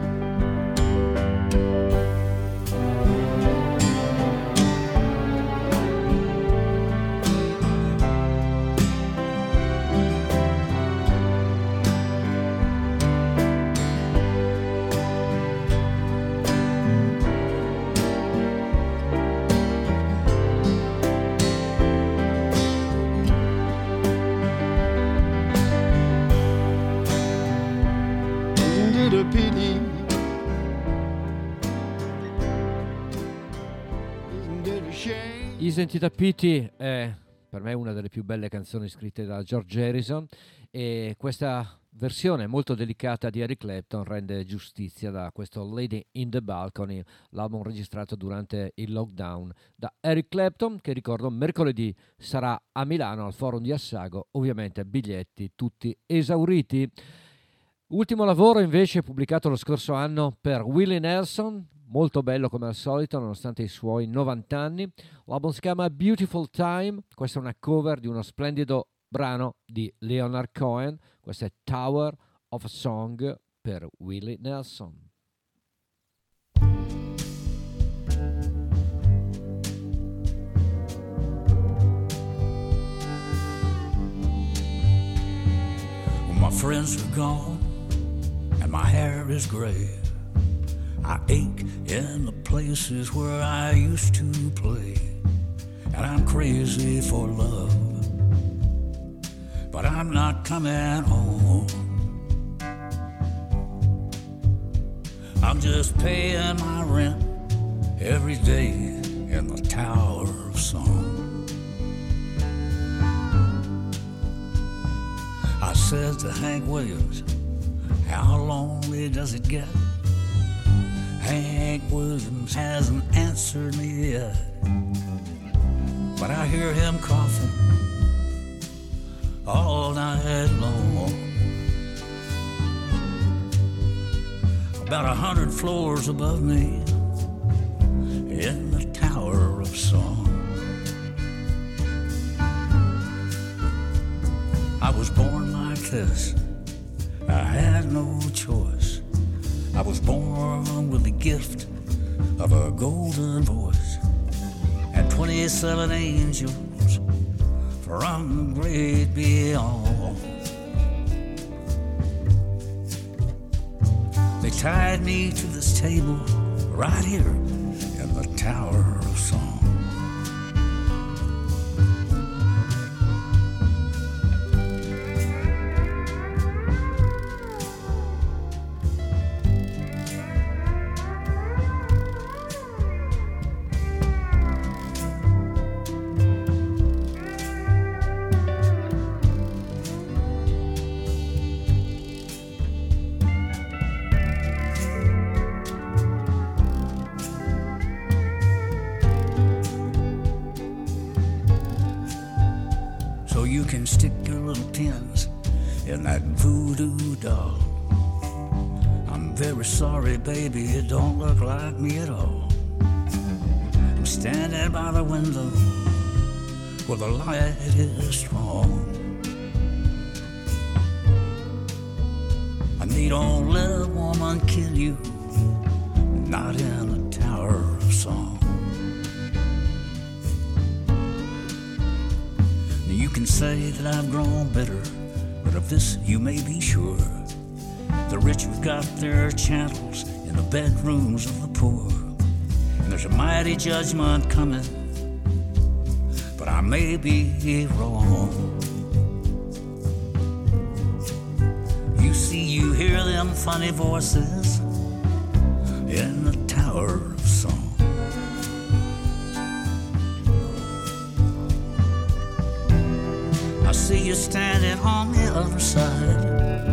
Isn't It a Pity è per me una delle più belle canzoni scritte da George Harrison, e questa versione molto delicata di Eric Clapton rende giustizia da questo Lady in the Balcony, l'album registrato durante il lockdown da Eric Clapton, che ricordo mercoledì sarà a Milano al Forum di Assago, ovviamente biglietti tutti esauriti. Ultimo lavoro invece pubblicato lo scorso anno per Willie Nelson, molto bello come al solito nonostante i suoi 90 anni. L'album si chiama Beautiful Time, questa è una cover di uno splendido brano di Leonard Cohen, questa è Tower of a Song per Willie Nelson. Well, my friends are gone and my hair is gray. I ache in the places where I used to play, and I'm crazy for love, but I'm not coming home. I'm just paying my rent every day in the Tower of Song. I said to Hank Williams, how lonely does it get? Hank Williams hasn't answered me yet, but I hear him coughing all night long. About 100 floors above me in the Tower of Song. I was born like this, I had no choice. I was born with the gift of a golden voice, and 27 angels from the great beyond. They tied me to this table right here in the Tower of Song. You can stick your little pins in that voodoo doll. I'm very sorry, baby, it don't look like me at all. I'm standing by the window where the light is strong. I need don't let a woman kill you, not in a Tower of Song. You can say that I've grown bitter, but of this you may be sure. The rich have got their channels in the bedrooms of the poor. And there's a mighty judgment coming, but I may be wrong. You see, you hear them funny voices in the Tower of Song. I see you standing on the other side.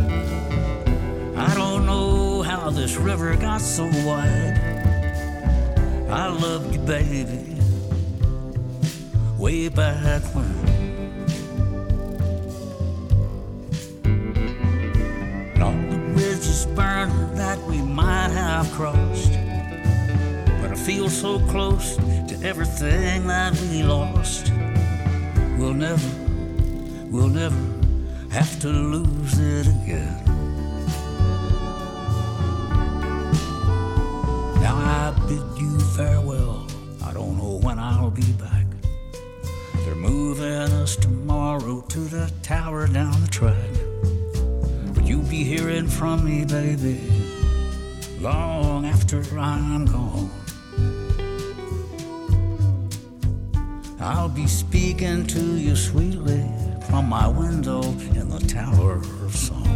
I don't know how this river got so wide. I loved you, baby, way back when. And all the bridges burned that we might have crossed, but I feel so close to everything that we lost. We'll never have to lose it again. Now I bid you farewell. I don't know when I'll be back. They're moving us tomorrow to the tower down the track. But you'll be hearing from me, baby, long after I'm gone. I'll be speaking to you sweetly from my window in the Tower of Song.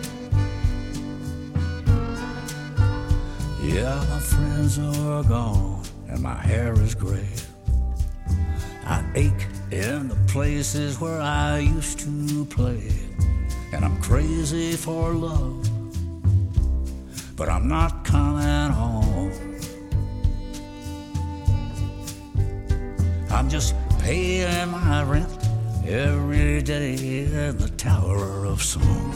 Yeah, my friends are gone and my hair is gray. I ache in the places where I used to play. And I'm crazy for love, but I'm not coming home. I'm just paying my rent every day in the Tower of Song.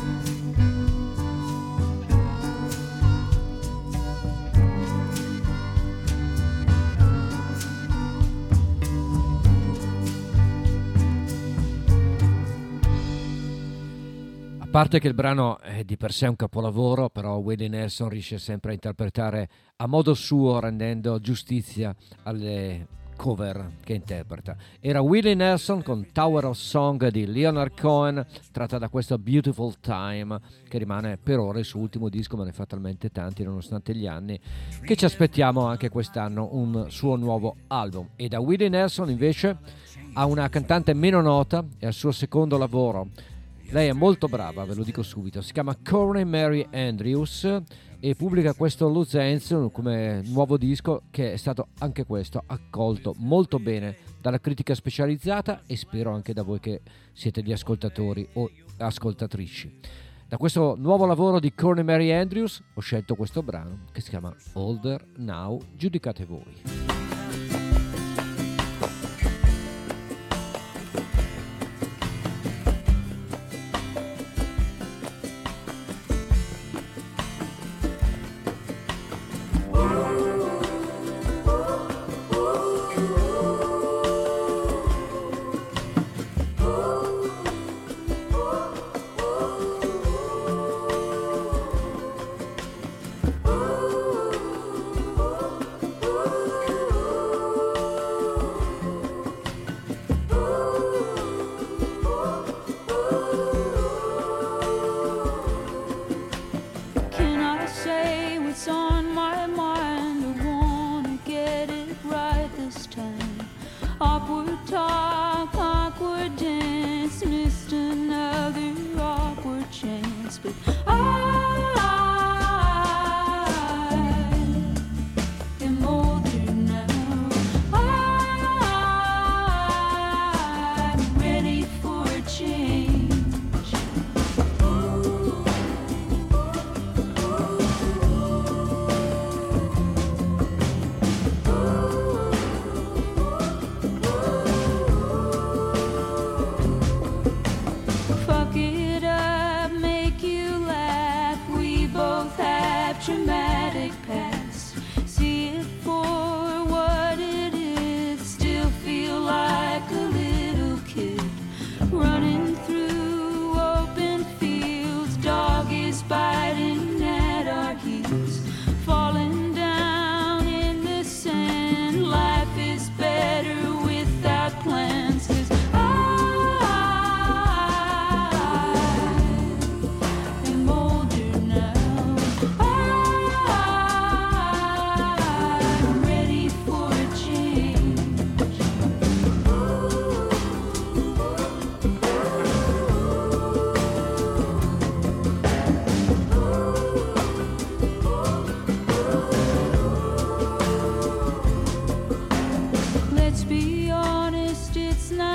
A parte che il brano è di per sé un capolavoro, però Willie Nelson riesce sempre a interpretare a modo suo, rendendo giustizia alle cover che interpreta. Era Willie Nelson con Tower of Song di Leonard Cohen, tratta da questo Beautiful Time, che rimane per ora il suo ultimo disco, ma ne fa talmente tanti nonostante gli anni che ci aspettiamo anche quest'anno un suo nuovo album. E da Willie Nelson invece a una cantante meno nota e al suo secondo lavoro. Lei è molto brava, ve lo dico subito, si chiama Courtney Mary Andrews e pubblica questo Loose Ends come nuovo disco, che è stato anche questo accolto molto bene dalla critica specializzata e spero anche da voi che siete gli ascoltatori o ascoltatrici. Da questo nuovo lavoro di Courtney Mary Andrews ho scelto questo brano che si chiama Older Now, giudicate voi.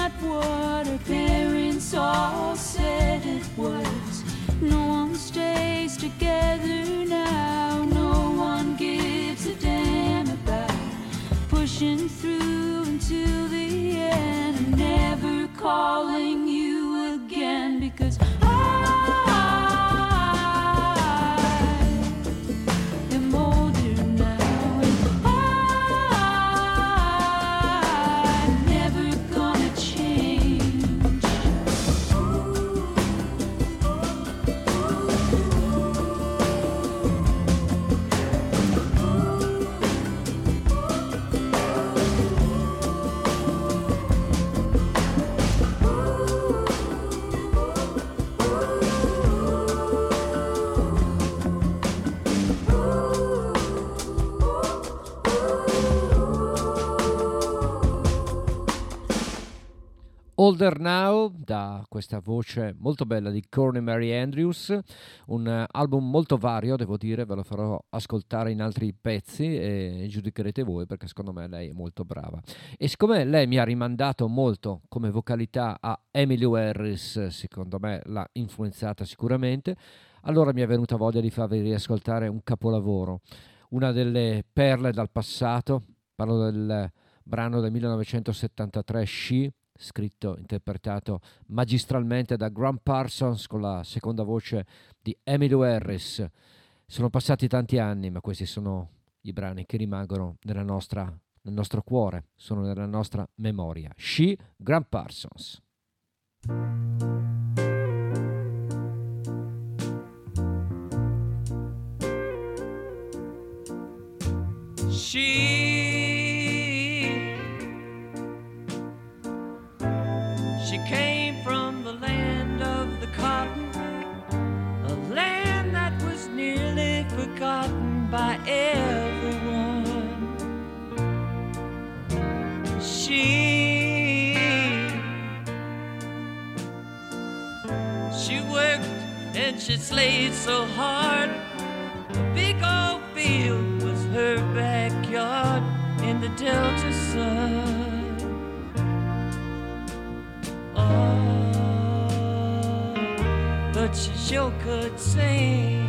not what our parents all said it was. No one stays together now. No one gives a damn about pushing through until the end. I'm never calling you again because I am older now, and I'm never gonna change. Older Now, da questa voce molto bella di Courtney Mary Andrews, un album molto vario, devo dire, ve lo farò ascoltare in altri pezzi e giudicherete voi, perché secondo me lei è molto brava. E siccome lei mi ha rimandato molto come vocalità a Emmylou Harris, secondo me l'ha influenzata sicuramente, allora mi è venuta voglia di farvi riascoltare un capolavoro, una delle perle dal passato. Parlo del brano del 1973, She, scritto, interpretato magistralmente da Graham Parsons con la seconda voce di Emmylou Harris. Sono passati tanti anni, ma questi sono i brani che rimangono nel nostro cuore, sono nella nostra memoria. She, Graham Parsons. She came from the land of the cotton, a land that was nearly forgotten by everyone. She worked and she slaved so hard. A big old field was her backyard in the Delta sun. But she sure could sing.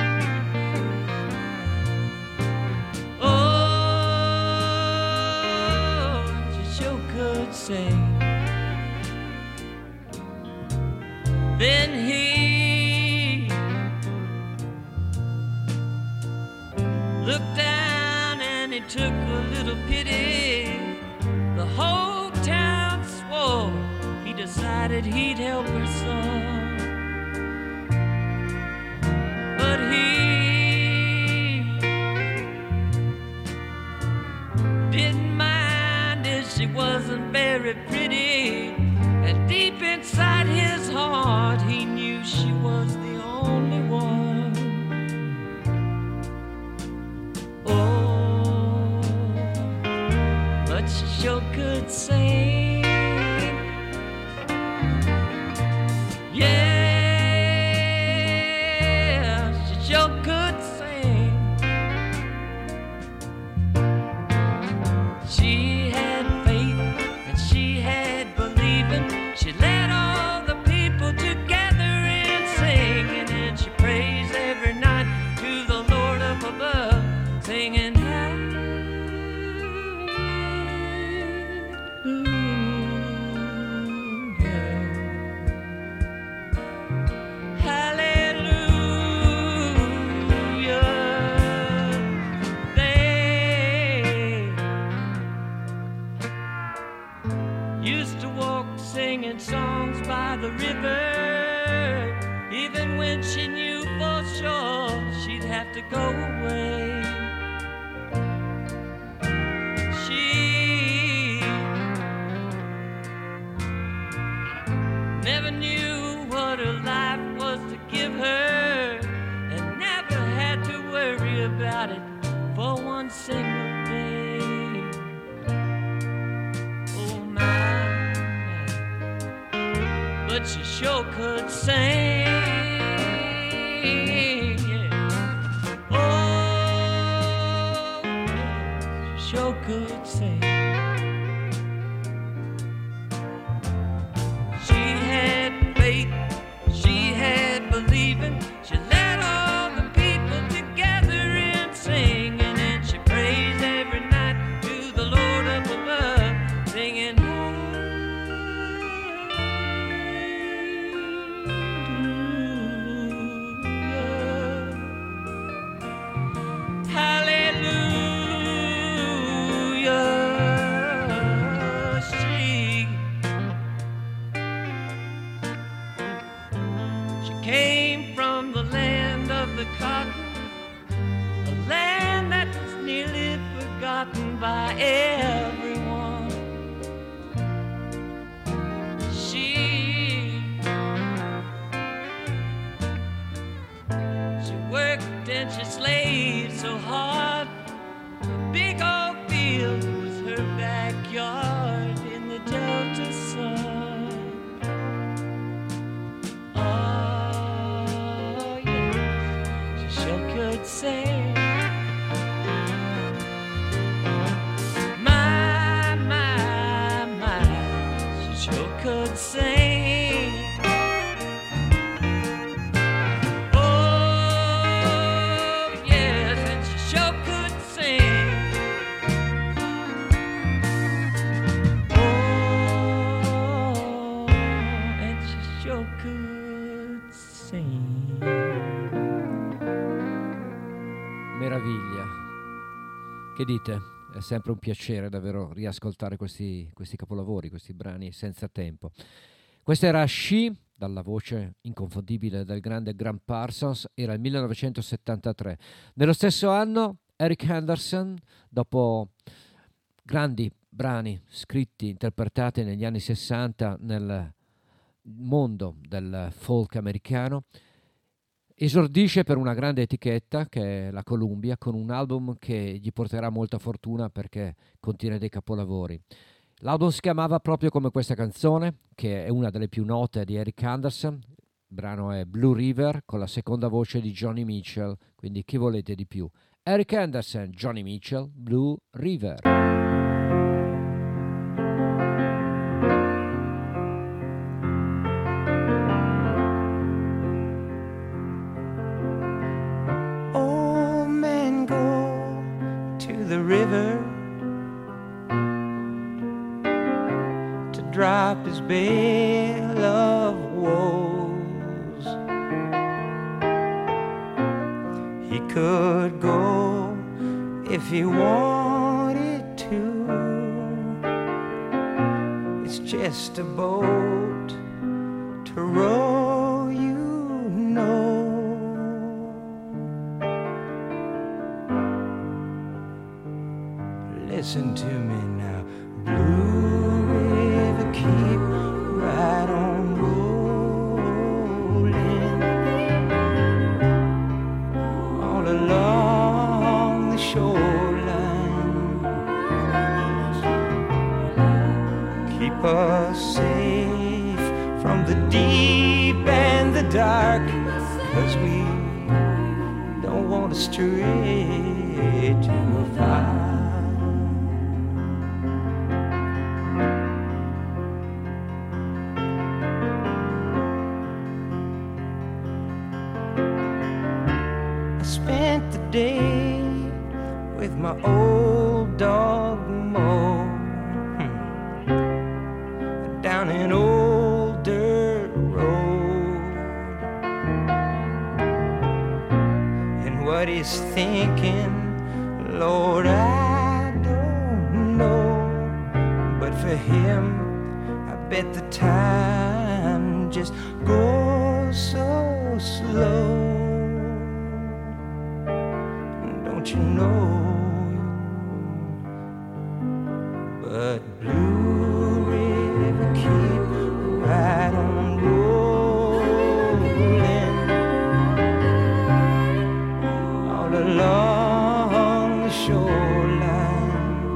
Oh, she sure could sing. Then he looked down and he took a little pity. The whole town swore he decided he'd help her some. But he didn't mind if she wasn't very pretty. And deep inside his heart he knew she was the only one. Oh, but she sure could sing. Yeah, could sing. She had faith and she had believing. She led all the people together in singing, and she praised every night to the Lord up above, singing songs by the river, even when she knew for sure she'd have to go away. She never knew what her life was to give her, and never had to worry about it for one single day. But she sure could sing, yeah. Oh, she sure could sing. couldn't sing. Oh, yes, and she sure could sing. Oh, and she sure could sing. Meraviglia. Che dite? È sempre un piacere davvero riascoltare questi capolavori, questi brani senza tempo. Questa era She, dalla voce inconfondibile del grande Graham Parsons, era il 1973. Nello stesso anno Eric Henderson, dopo grandi brani scritti, interpretati negli anni 60 nel mondo del folk americano, esordisce per una grande etichetta che è la Columbia con un album che gli porterà molta fortuna perché contiene dei capolavori. L'album si chiamava proprio come questa canzone, che è una delle più note di Eric Anderson. Il brano è Blue River con la seconda voce di Johnny Mitchell, quindi chi volete di più? Eric Anderson, Johnny Mitchell, Blue River. The river to drop his bale of woes. He could go if he wanted to. It's just a boat to row, you know. Listen to me now. Blue River, keep right on rolling all along the shoreline. Keep us safe from the deep and the dark, 'cause we don't want to stray too far. Day with my old dog Mo down an old dirt road, and what he's thinking, Lord, I don't know, but for him I bet the time just goes so slow. Don't you know? But Blue River, keep right on rolling all along the shoreline.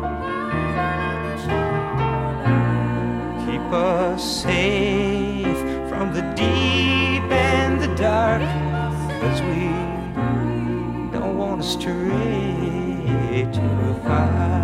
Keep us safe from the deep and the dark, 'cause we don't want to stray too far.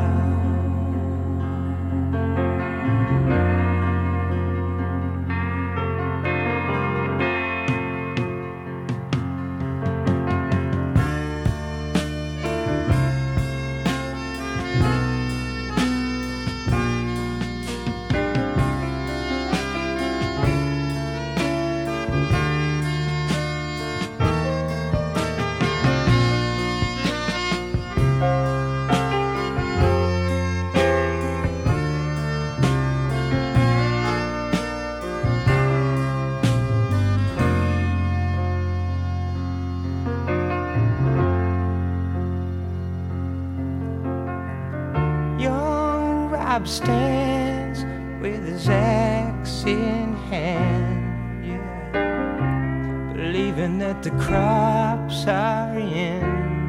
Bob stands with his axe in hand, yeah, believing that the crops are in.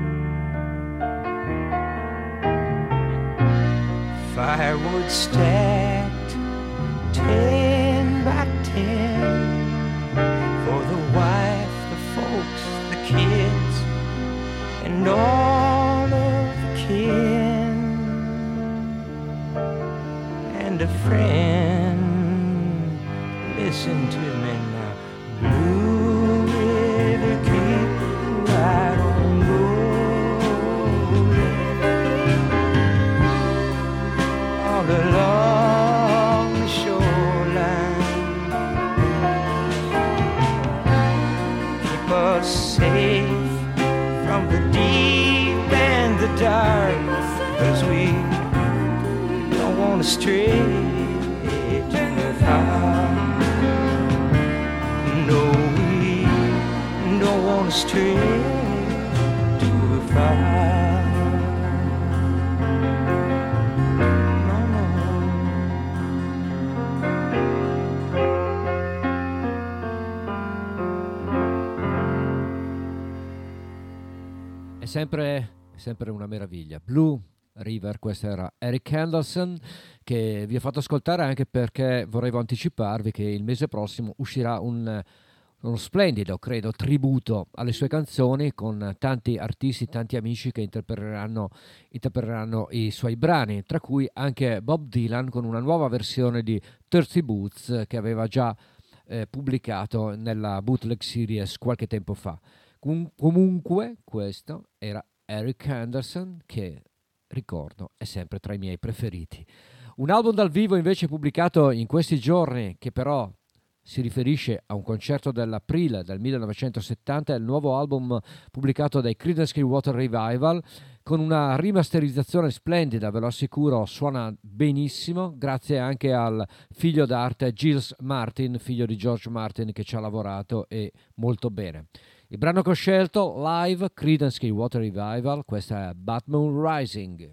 Firewood stacked 10 by 10 for the wife, the folks, the kids, and all of the kin. And a friend listen to me now. Blue River, keep right on rolling all along the shoreline. Keep us safe from the deep and the dark, 'cause we don't want to stray too far. No, we don't want to stray too far. No, no. È sempre una meraviglia. Blue River, questo era Eric Anderson, che vi ho fatto ascoltare anche perché volevo anticiparvi che il mese prossimo uscirà uno splendido, credo, tributo alle sue canzoni, con tanti artisti, tanti amici che interpreteranno i suoi brani, tra cui anche Bob Dylan con una nuova versione di Thirsty Boots che aveva già pubblicato nella Bootleg Series qualche tempo fa. Comunque questo era Eric Anderson, che ricordo è sempre tra i miei preferiti. Un album dal vivo invece pubblicato in questi giorni, che però si riferisce a un concerto dell'aprile del 1970, è il nuovo album pubblicato dai Creedence Clearwater Revival, con una rimasterizzazione splendida, ve lo assicuro, suona benissimo, grazie anche al figlio d'arte Giles Martin, figlio di George Martin, che ci ha lavorato e molto bene. Il brano che ho scelto, live, Creedence Clearwater Revival, questa è Bad Moon Rising.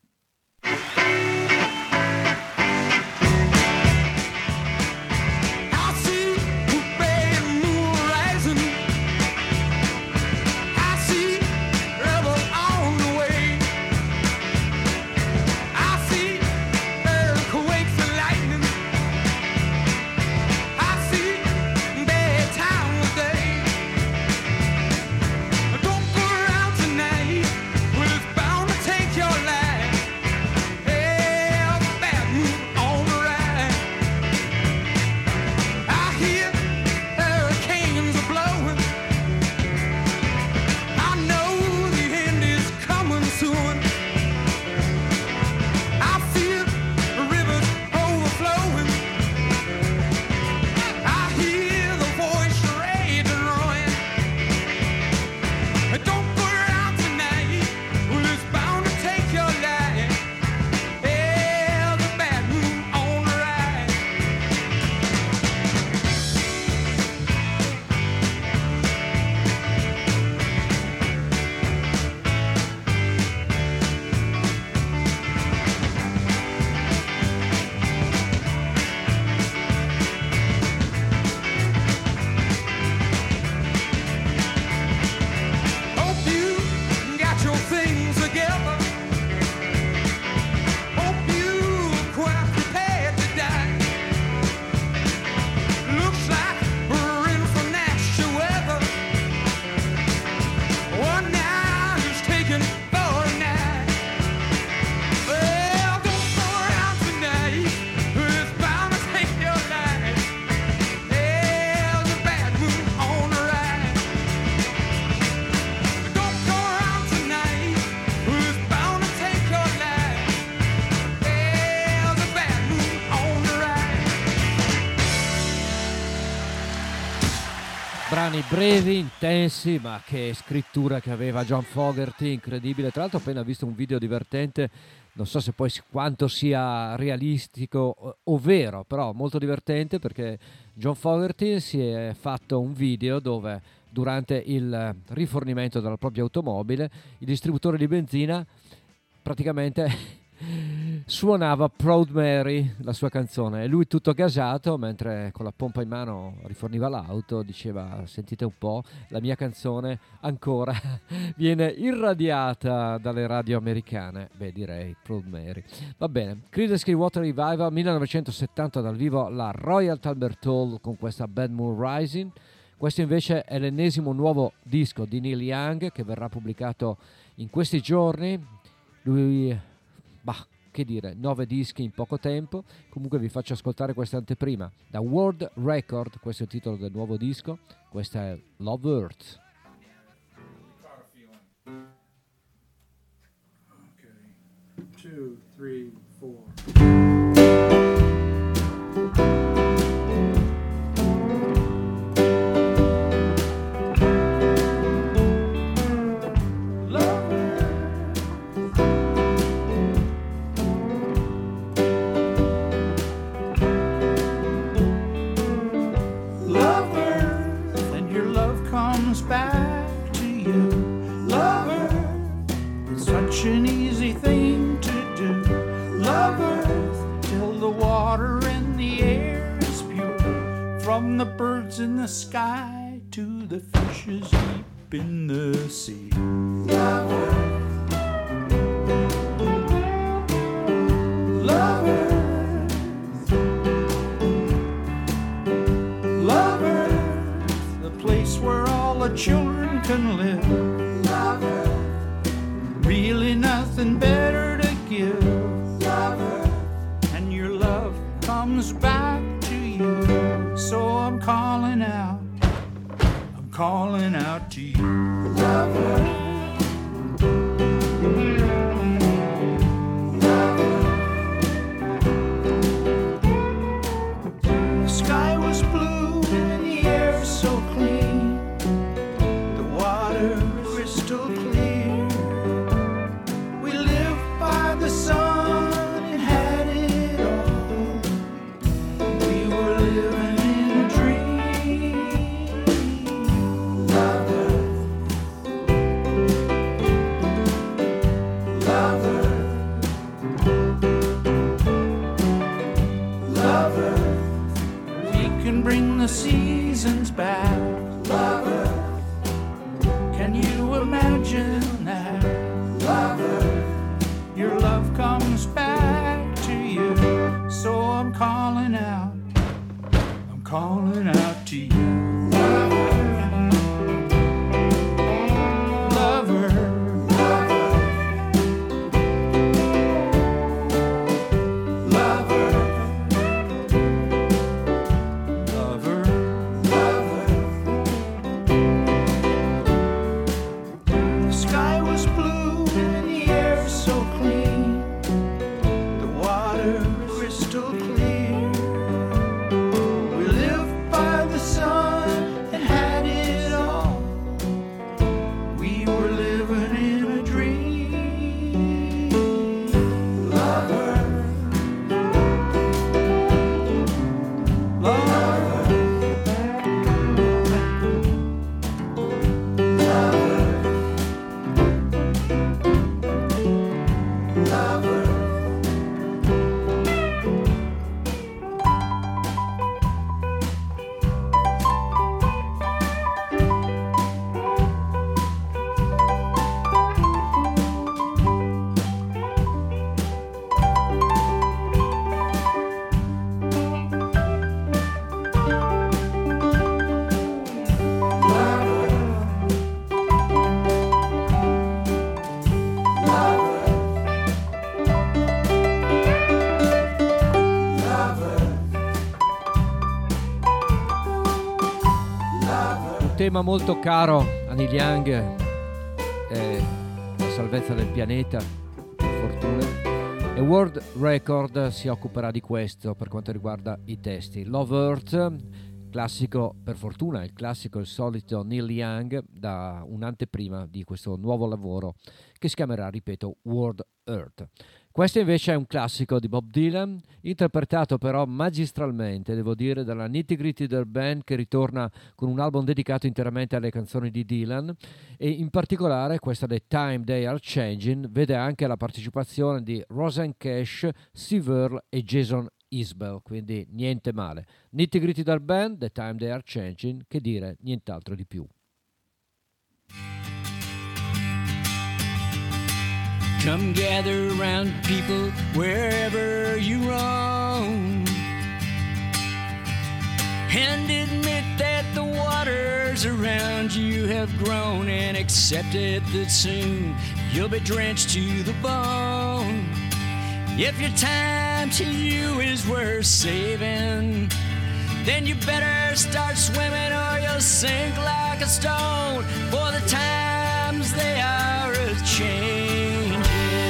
Brani brevi, intensi, ma che scrittura che aveva John Fogerty, incredibile. Tra l'altro ho appena visto un video divertente, non so se poi quanto sia realistico o vero, però molto divertente, perché John Fogerty si è fatto un video dove durante il rifornimento della propria automobile il distributore di benzina praticamente suonava Proud Mary, la sua canzone, e lui tutto gasato mentre con la pompa in mano riforniva l'auto diceva: sentite un po', la mia canzone ancora viene irradiata dalle radio americane. Beh, direi Proud Mary. Va bene, Creedence Clearwater Revival 1970 dal vivo, la Royal Albert Hall con questa Bad Moon Rising. Questo invece è l'ennesimo nuovo disco di Neil Young che verrà pubblicato in questi giorni. Lui che dire, 9 dischi in poco tempo. Comunque vi faccio ascoltare questa anteprima da World Record, questo è il titolo del nuovo disco, questa è Love Earth. Okay. 2, 3, 4. Back to you, lover. It's such an easy thing to do. Love Earth till the water and the air is pure. From the birds in the sky to the fishes deep in the sea. Love Earth. Love Earth. Love Earth, the place where all the children can live. Love Earth. Really nothing better to give. Love Earth. And your love comes back to you. So I'm calling out to you. Love Earth. The sky was blue and the air so clean. Crystal clear. We lived by the sun and had it all. We were living in a dream. Love Earth. Love Earth. Love Earth. We can bring the seasons back. Love Earth. Can you imagine that? Love Earth. Your love comes back to you. So I'm calling out to you. Love Earth. Love Earth. Love Earth. Love Earth. Love Earth. The sky was blue and the air so clean. The water crystal clear. We lived by the sun and had it all. We were living in a dream. Love Earth. Love Earth. Love Earth. Love Earth. Un tema molto caro a Neil Young è la salvezza del pianeta, per fortuna, e World Record si occuperà di questo per quanto riguarda i testi. Love Earth, classico, per fortuna, il classico, il solito Neil Young, da un'anteprima di questo nuovo lavoro che si chiamerà, ripeto, World Earth. Questo invece è un classico di Bob Dylan, interpretato però magistralmente, devo dire, dalla Nitty Gritty Dirt Band, che ritorna con un album dedicato interamente alle canzoni di Dylan, e in particolare questa The Time They Are Changing vede anche la partecipazione di Rosanne Cash, Steve Earle e Jason Isbell, quindi niente male. Nitty Gritty Dirt Band, The Time They Are Changing, che dire, nient'altro di più. Come gather round, people, wherever you roam, and admit that the waters around you have grown, and accept it that soon you'll be drenched to the bone. If your time to you is worth saving, then you better start swimming or you'll sink like a stone, for the times they are a-changing.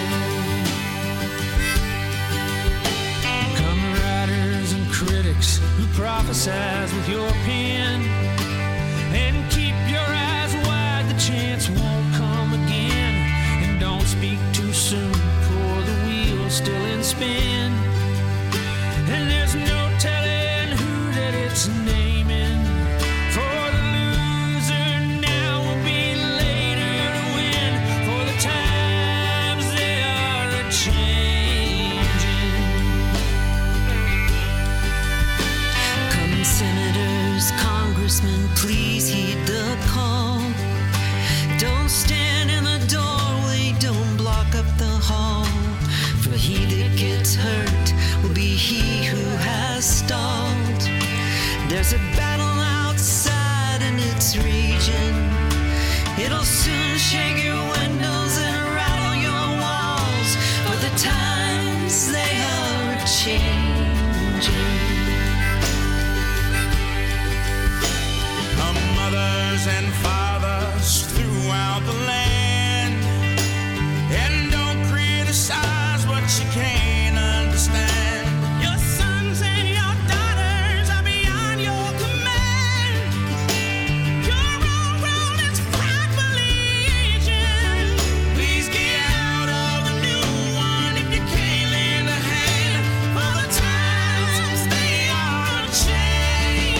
Come writers and critics who prophesize with your pen, and keep your eyes wide, the chance won't come again. And don't speak too soon, for the wheel's still in spin, and there's no telling who that it's naming. For the loser now will be later to win, for the times they are a-changing. Come senators, congressmen, please heed the call. Don't stand in the doorway, don't block up the hall, for he that gets hurt will be he who has stalled. There's a battle outside and it's raging. It'll soon shake your windows and rattle your walls, for the times they are changing. Mothers and fathers throughout the land, and don't criticize what you can't understand. Your sons and your daughters are beyond your command. Your own world is frightfully aging. Please get out of the new one if you can't lend a hand, for the times they are changing.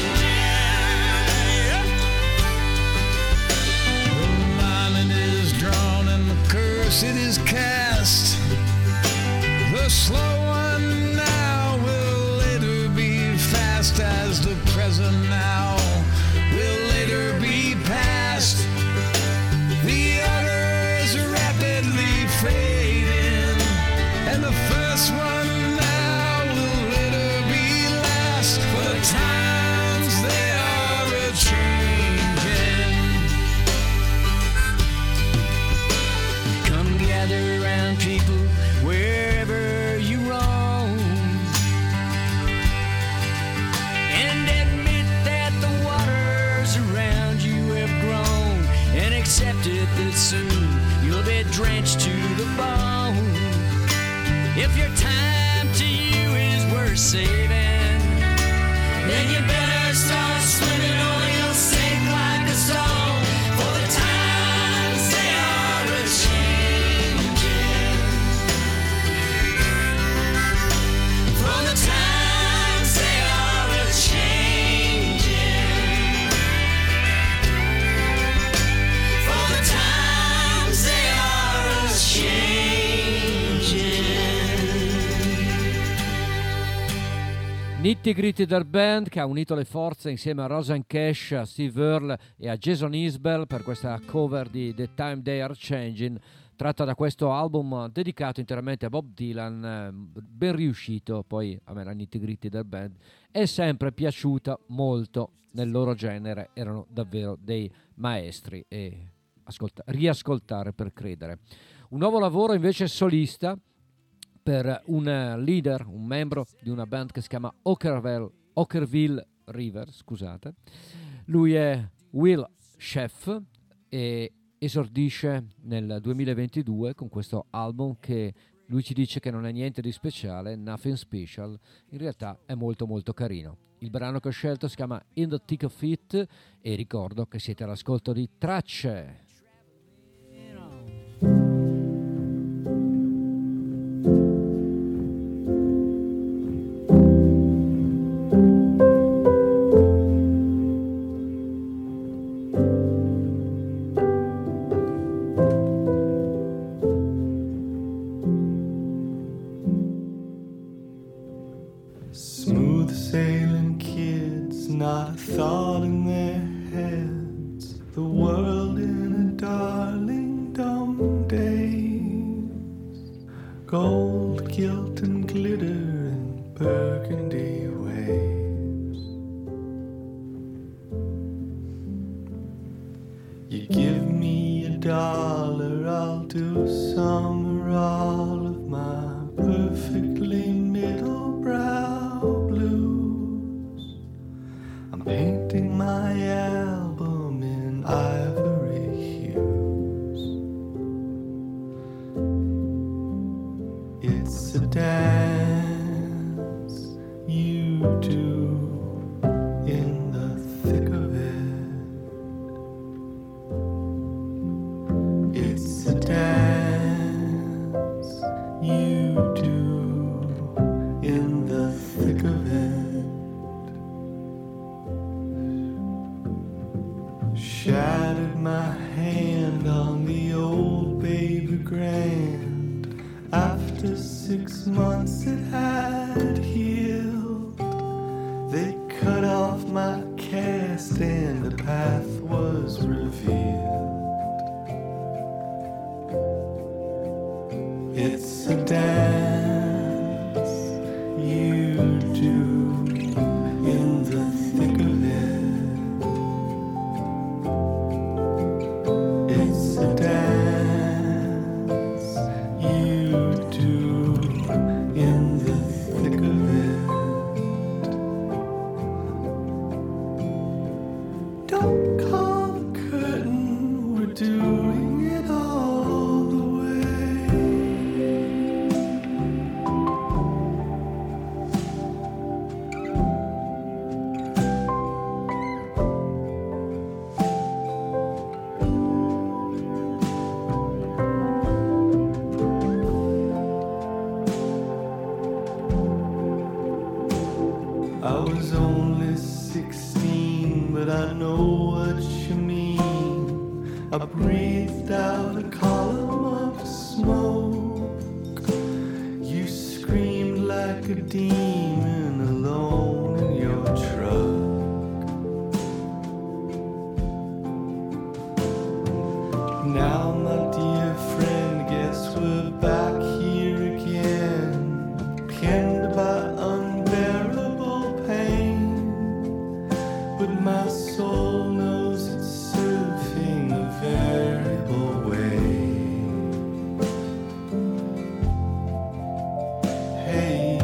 It is cast. The slow one now will later be fast, as the present now will later be past. The other is rapidly fading, and the first one now will later be last, for the times they are a-changing. Gather around people wherever you roam, and admit that the waters around you have grown, and accept it that soon you'll be drenched to the bone. If your time to you is worth saving, then you better start swimming or you'll sink like a stone, for the times they are a-changing. Nitty Gritty Dirt Band, che ha unito le forze insieme a Rosanne Cash, a Steve Earle e a Jason Isbell per questa cover di The Time They Are Changing, tratta da questo album dedicato interamente a Bob Dylan, ben riuscito. Poi a me la Nitty Gritty Dirt Band è sempre piaciuta molto nel loro genere, erano davvero dei maestri, e riascoltare per credere. Un nuovo lavoro invece solista per un leader, un membro di una band che si chiama Ockerville River, scusate. Lui è Will Sheff e esordisce nel 2022 con questo album che lui ci dice che non è niente di speciale, nothing special, in realtà è molto molto carino. Il brano che ho scelto si chiama In the Thick of It, e ricordo che siete all'ascolto di Tracce. Not a thought in their heads, the world in a darling dumb daze, gold, gilt and glitter and burgundy waves. You give me $1, I'll do some or all of my perfect do in the thick of it. It's a dance you do in the thick of it. Shattered my hand on the old baby grand. After 6 months it had healed. They cut off my cast and the path was revealed. It's a dance you do in the thick of it. It's a dance you do in the thick of it. Don't call the curtain, we're doing it all the way. I was only 16, but I know what you mean. I breathed out a column of smoke. You screamed like a demon alone in your truck. Now, my dear friend, guess we're back here again, pinned by unbearable pain. But my soul knows it's surfing a variable wave. Hey,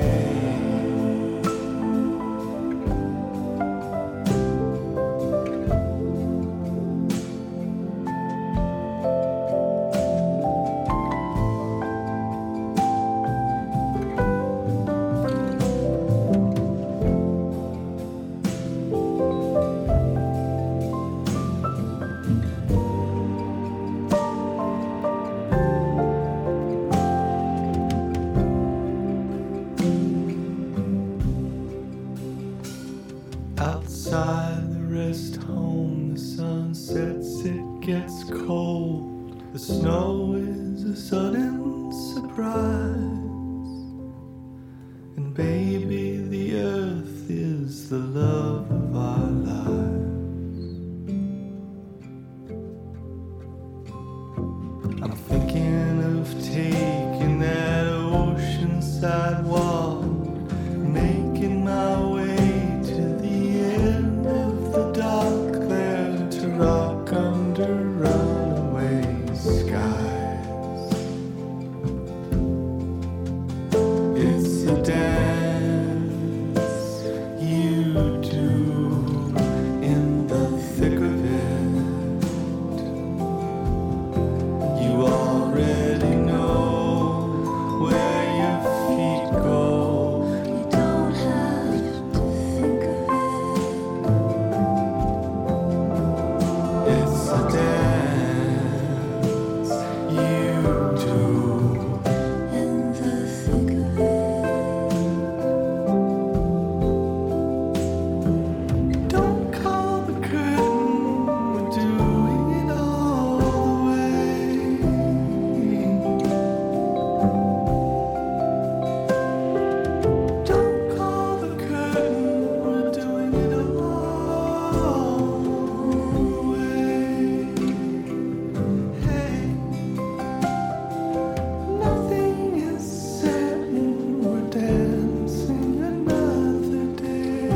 outside the rest home, the sun sets, it gets cold. The snow is a sudden surprise. And baby, the earth is the love of our lives. I'm thinking of taking that oceanside walk, making my way to the end of the dock there to rock under runaway skies. It's a dance you do in the thick of it. You already know where your feet go. You don't have to think of it. It's a dance you do in the thick of it. Don't call the curtain, we're doing it all the way. Don't call the curtain, we're doing it all the way. Hey, nothing is certain, we're dancing another day.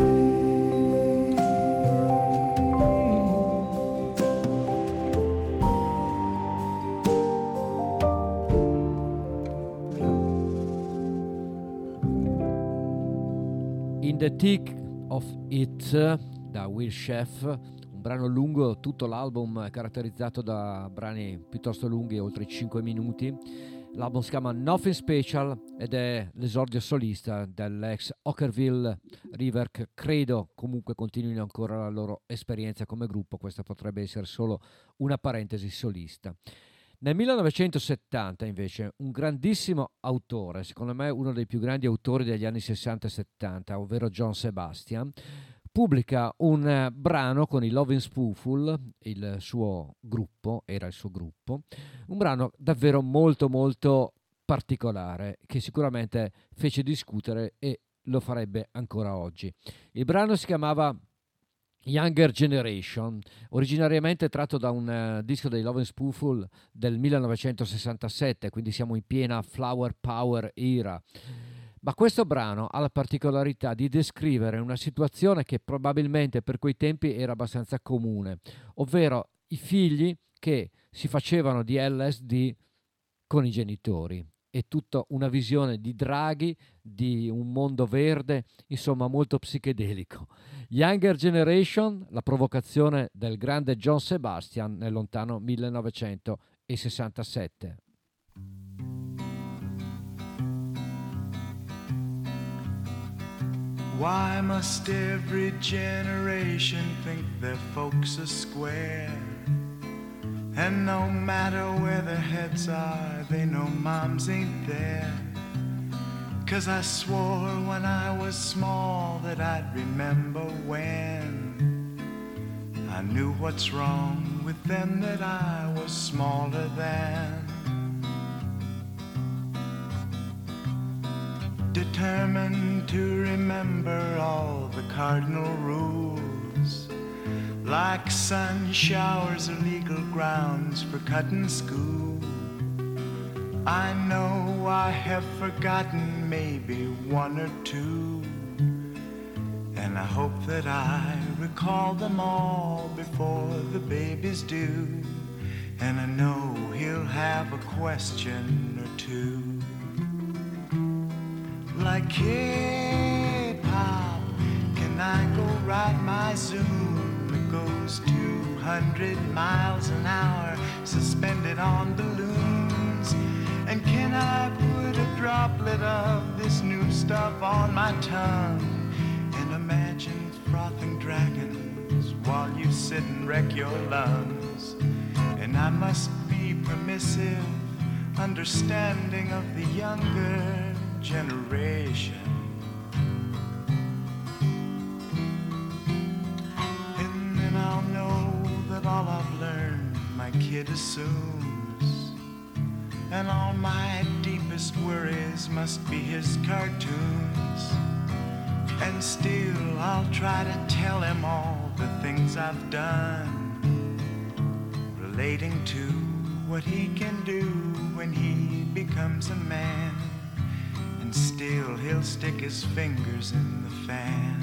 In the Thick of It da Will Sheff, un brano lungo, tutto l'album è caratterizzato da brani piuttosto lunghi, oltre 5 minuti, L'album si chiama Nothing Special ed è l'esordio solista dell'ex Ockerville River, che credo comunque continuino ancora la loro esperienza come gruppo. Questa potrebbe essere solo una parentesi solista. Nel 1970 invece un grandissimo autore, secondo me uno dei più grandi autori degli anni 60 e 70, ovvero John Sebastian, pubblica un brano con i Lovin' Spoonful, il suo gruppo, era il suo gruppo, un brano davvero molto molto particolare che sicuramente fece discutere e lo farebbe ancora oggi. Il brano si chiamava Younger Generation, originariamente tratto da un disco dei Lovin' Spoonful del 1967, quindi siamo in piena Flower Power era. Ma questo brano ha la particolarità di descrivere una situazione che probabilmente per quei tempi era abbastanza comune, ovvero i figli che si facevano di LSD con i genitori. È tutta una visione di draghi, di un mondo verde, insomma molto psichedelico. Younger Generation, la provocazione del grande John Sebastian nel lontano 1967. Why must every generation think their folks are square? And no matter where their heads are, they know moms ain't there. 'Cause I swore when I was small that I'd remember when I knew what's wrong with them that I was smaller than. Determined to remember all the cardinal rules, like sun showers are legal grounds for cutting school. I know I have forgotten maybe one or two, and I hope that I recall them all before the baby's due. And I know he'll have a question or two, like, hey, Pop, can I go ride my Zoom? It goes 200 miles an hour, suspended on balloons. And can I put a droplet of this new stuff on my tongue and imagine frothing dragons while you sit and wreck your lungs? And I must be permissive, understanding of the younger generation. And then I'll know that all I've learned my kid assumes, and all my deepest worries must be his cartoons. And still I'll try to tell him all the things I've done, relating to what he can do when he becomes a man. And still he'll stick his fingers in the fan.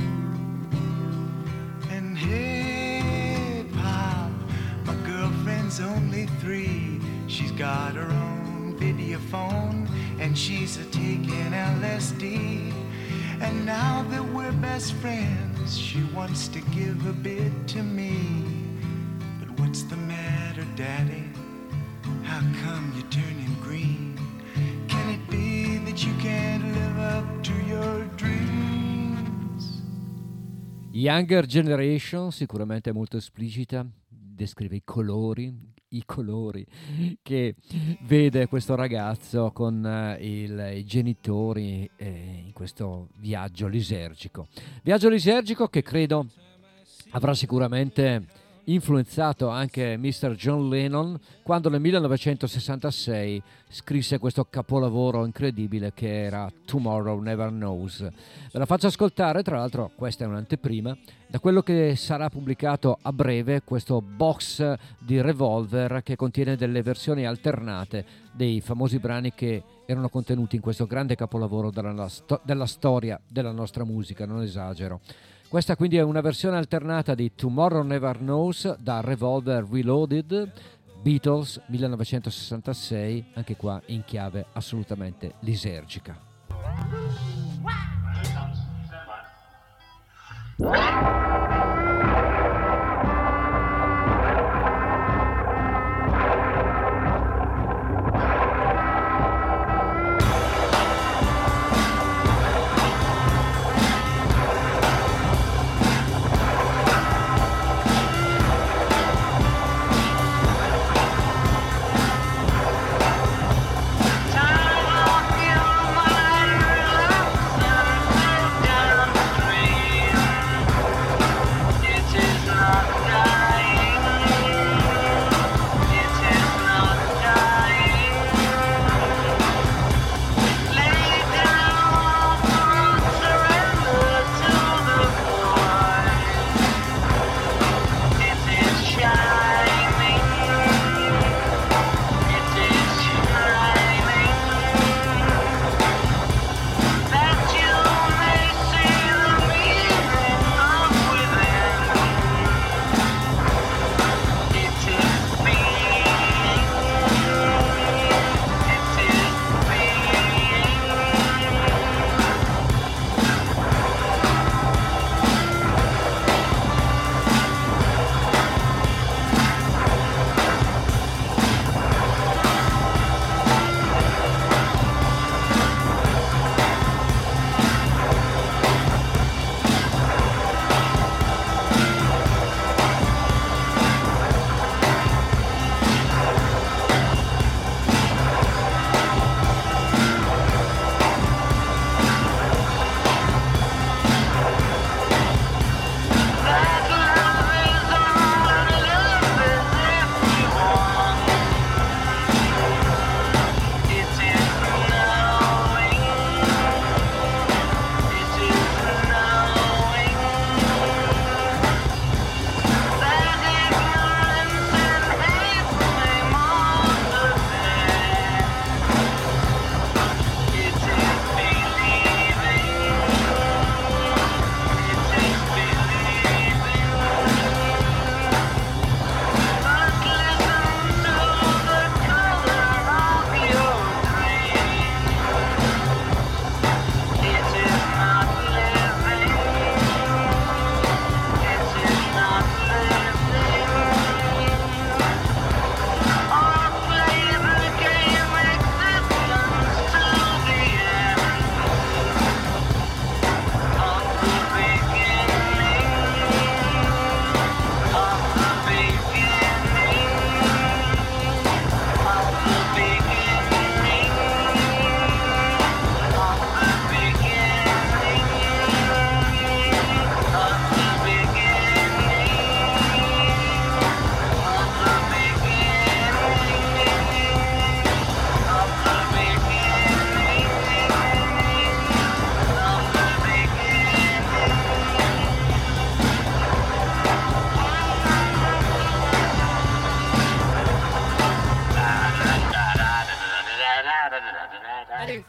And hey, Pop, my girlfriend's only 3. She's got her own videophone and she's a-taking LSD. And now that we're best friends, she wants to give a bit to me. But what's the matter, Daddy? How come you're turning green? Can it be that you can't live up to your dreams? Younger Generation, sicuramente molto esplicita, descrive i colori che vede questo ragazzo con i genitori in questo viaggio lisergico che credo avrà sicuramente influenzato anche Mr. John Lennon quando nel 1966 scrisse questo capolavoro incredibile che era Tomorrow Never Knows. Ve la faccio ascoltare, tra l'altro questa è un'anteprima da quello che sarà pubblicato a breve, questo box di Revolver che contiene delle versioni alternate dei famosi brani che erano contenuti in questo grande capolavoro della storia della nostra musica, non esagero. Questa quindi è una versione alternata di Tomorrow Never Knows da Revolver Reloaded, Beatles 1966, anche qua in chiave assolutamente lisergica.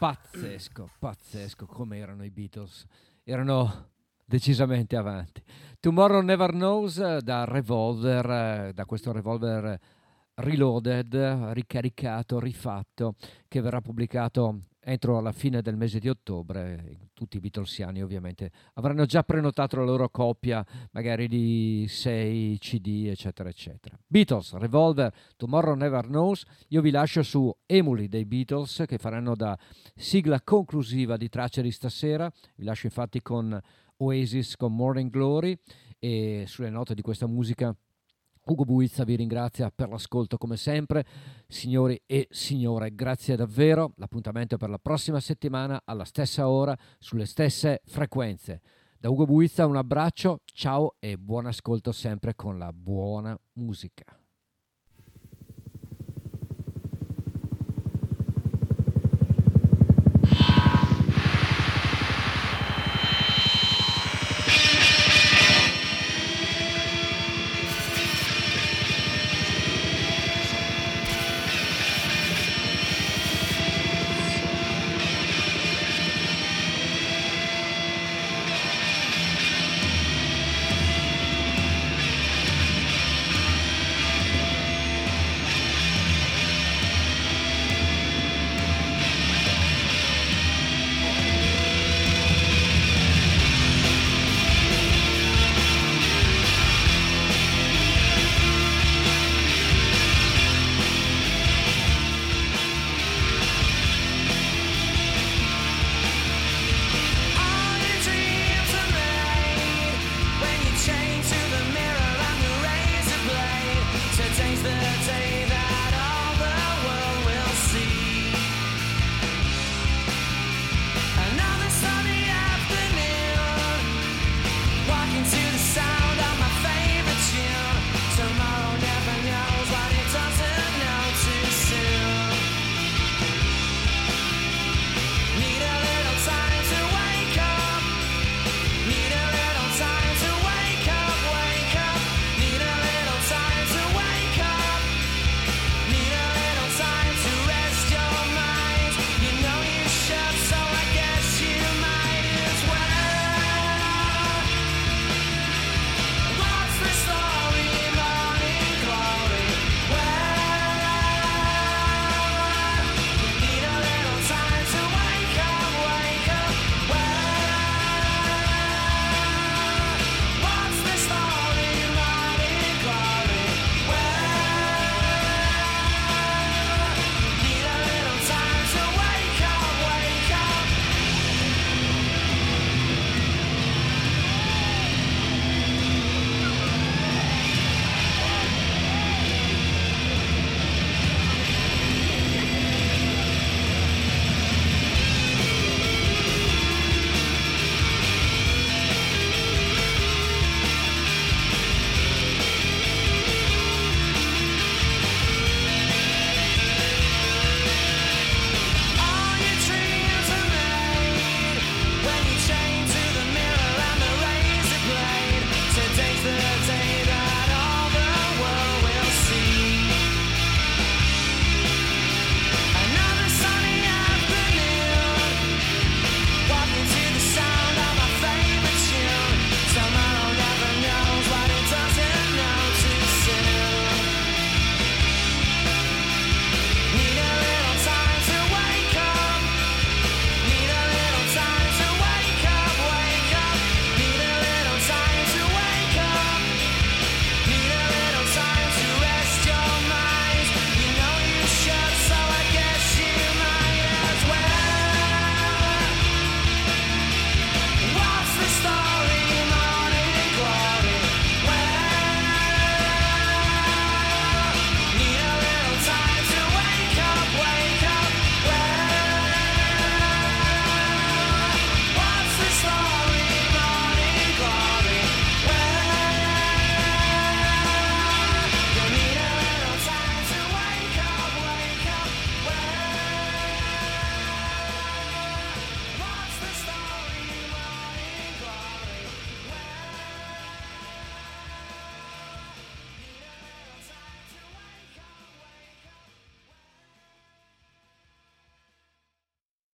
pazzesco come erano i Beatles, erano decisamente avanti. Tomorrow Never Knows da Revolver, da questo Revolver Reloaded, ricaricato, rifatto, che verrà pubblicato entro la fine del mese di ottobre. Tutti i Beatlesiani ovviamente avranno già prenotato la loro coppia, magari di 6 CD, eccetera, eccetera. Beatles, Revolver, Tomorrow Never Knows. Io vi lascio su Emuli dei Beatles, che faranno da sigla conclusiva di Tracce di stasera. Vi lascio infatti con Oasis, con Morning Glory, e sulle note di questa musica Ugo Buizza vi ringrazia per l'ascolto come sempre. Signori e signore, grazie davvero. L'appuntamento è per la prossima settimana alla stessa ora, sulle stesse frequenze. Da Ugo Buizza un abbraccio, ciao e buon ascolto sempre con la buona musica.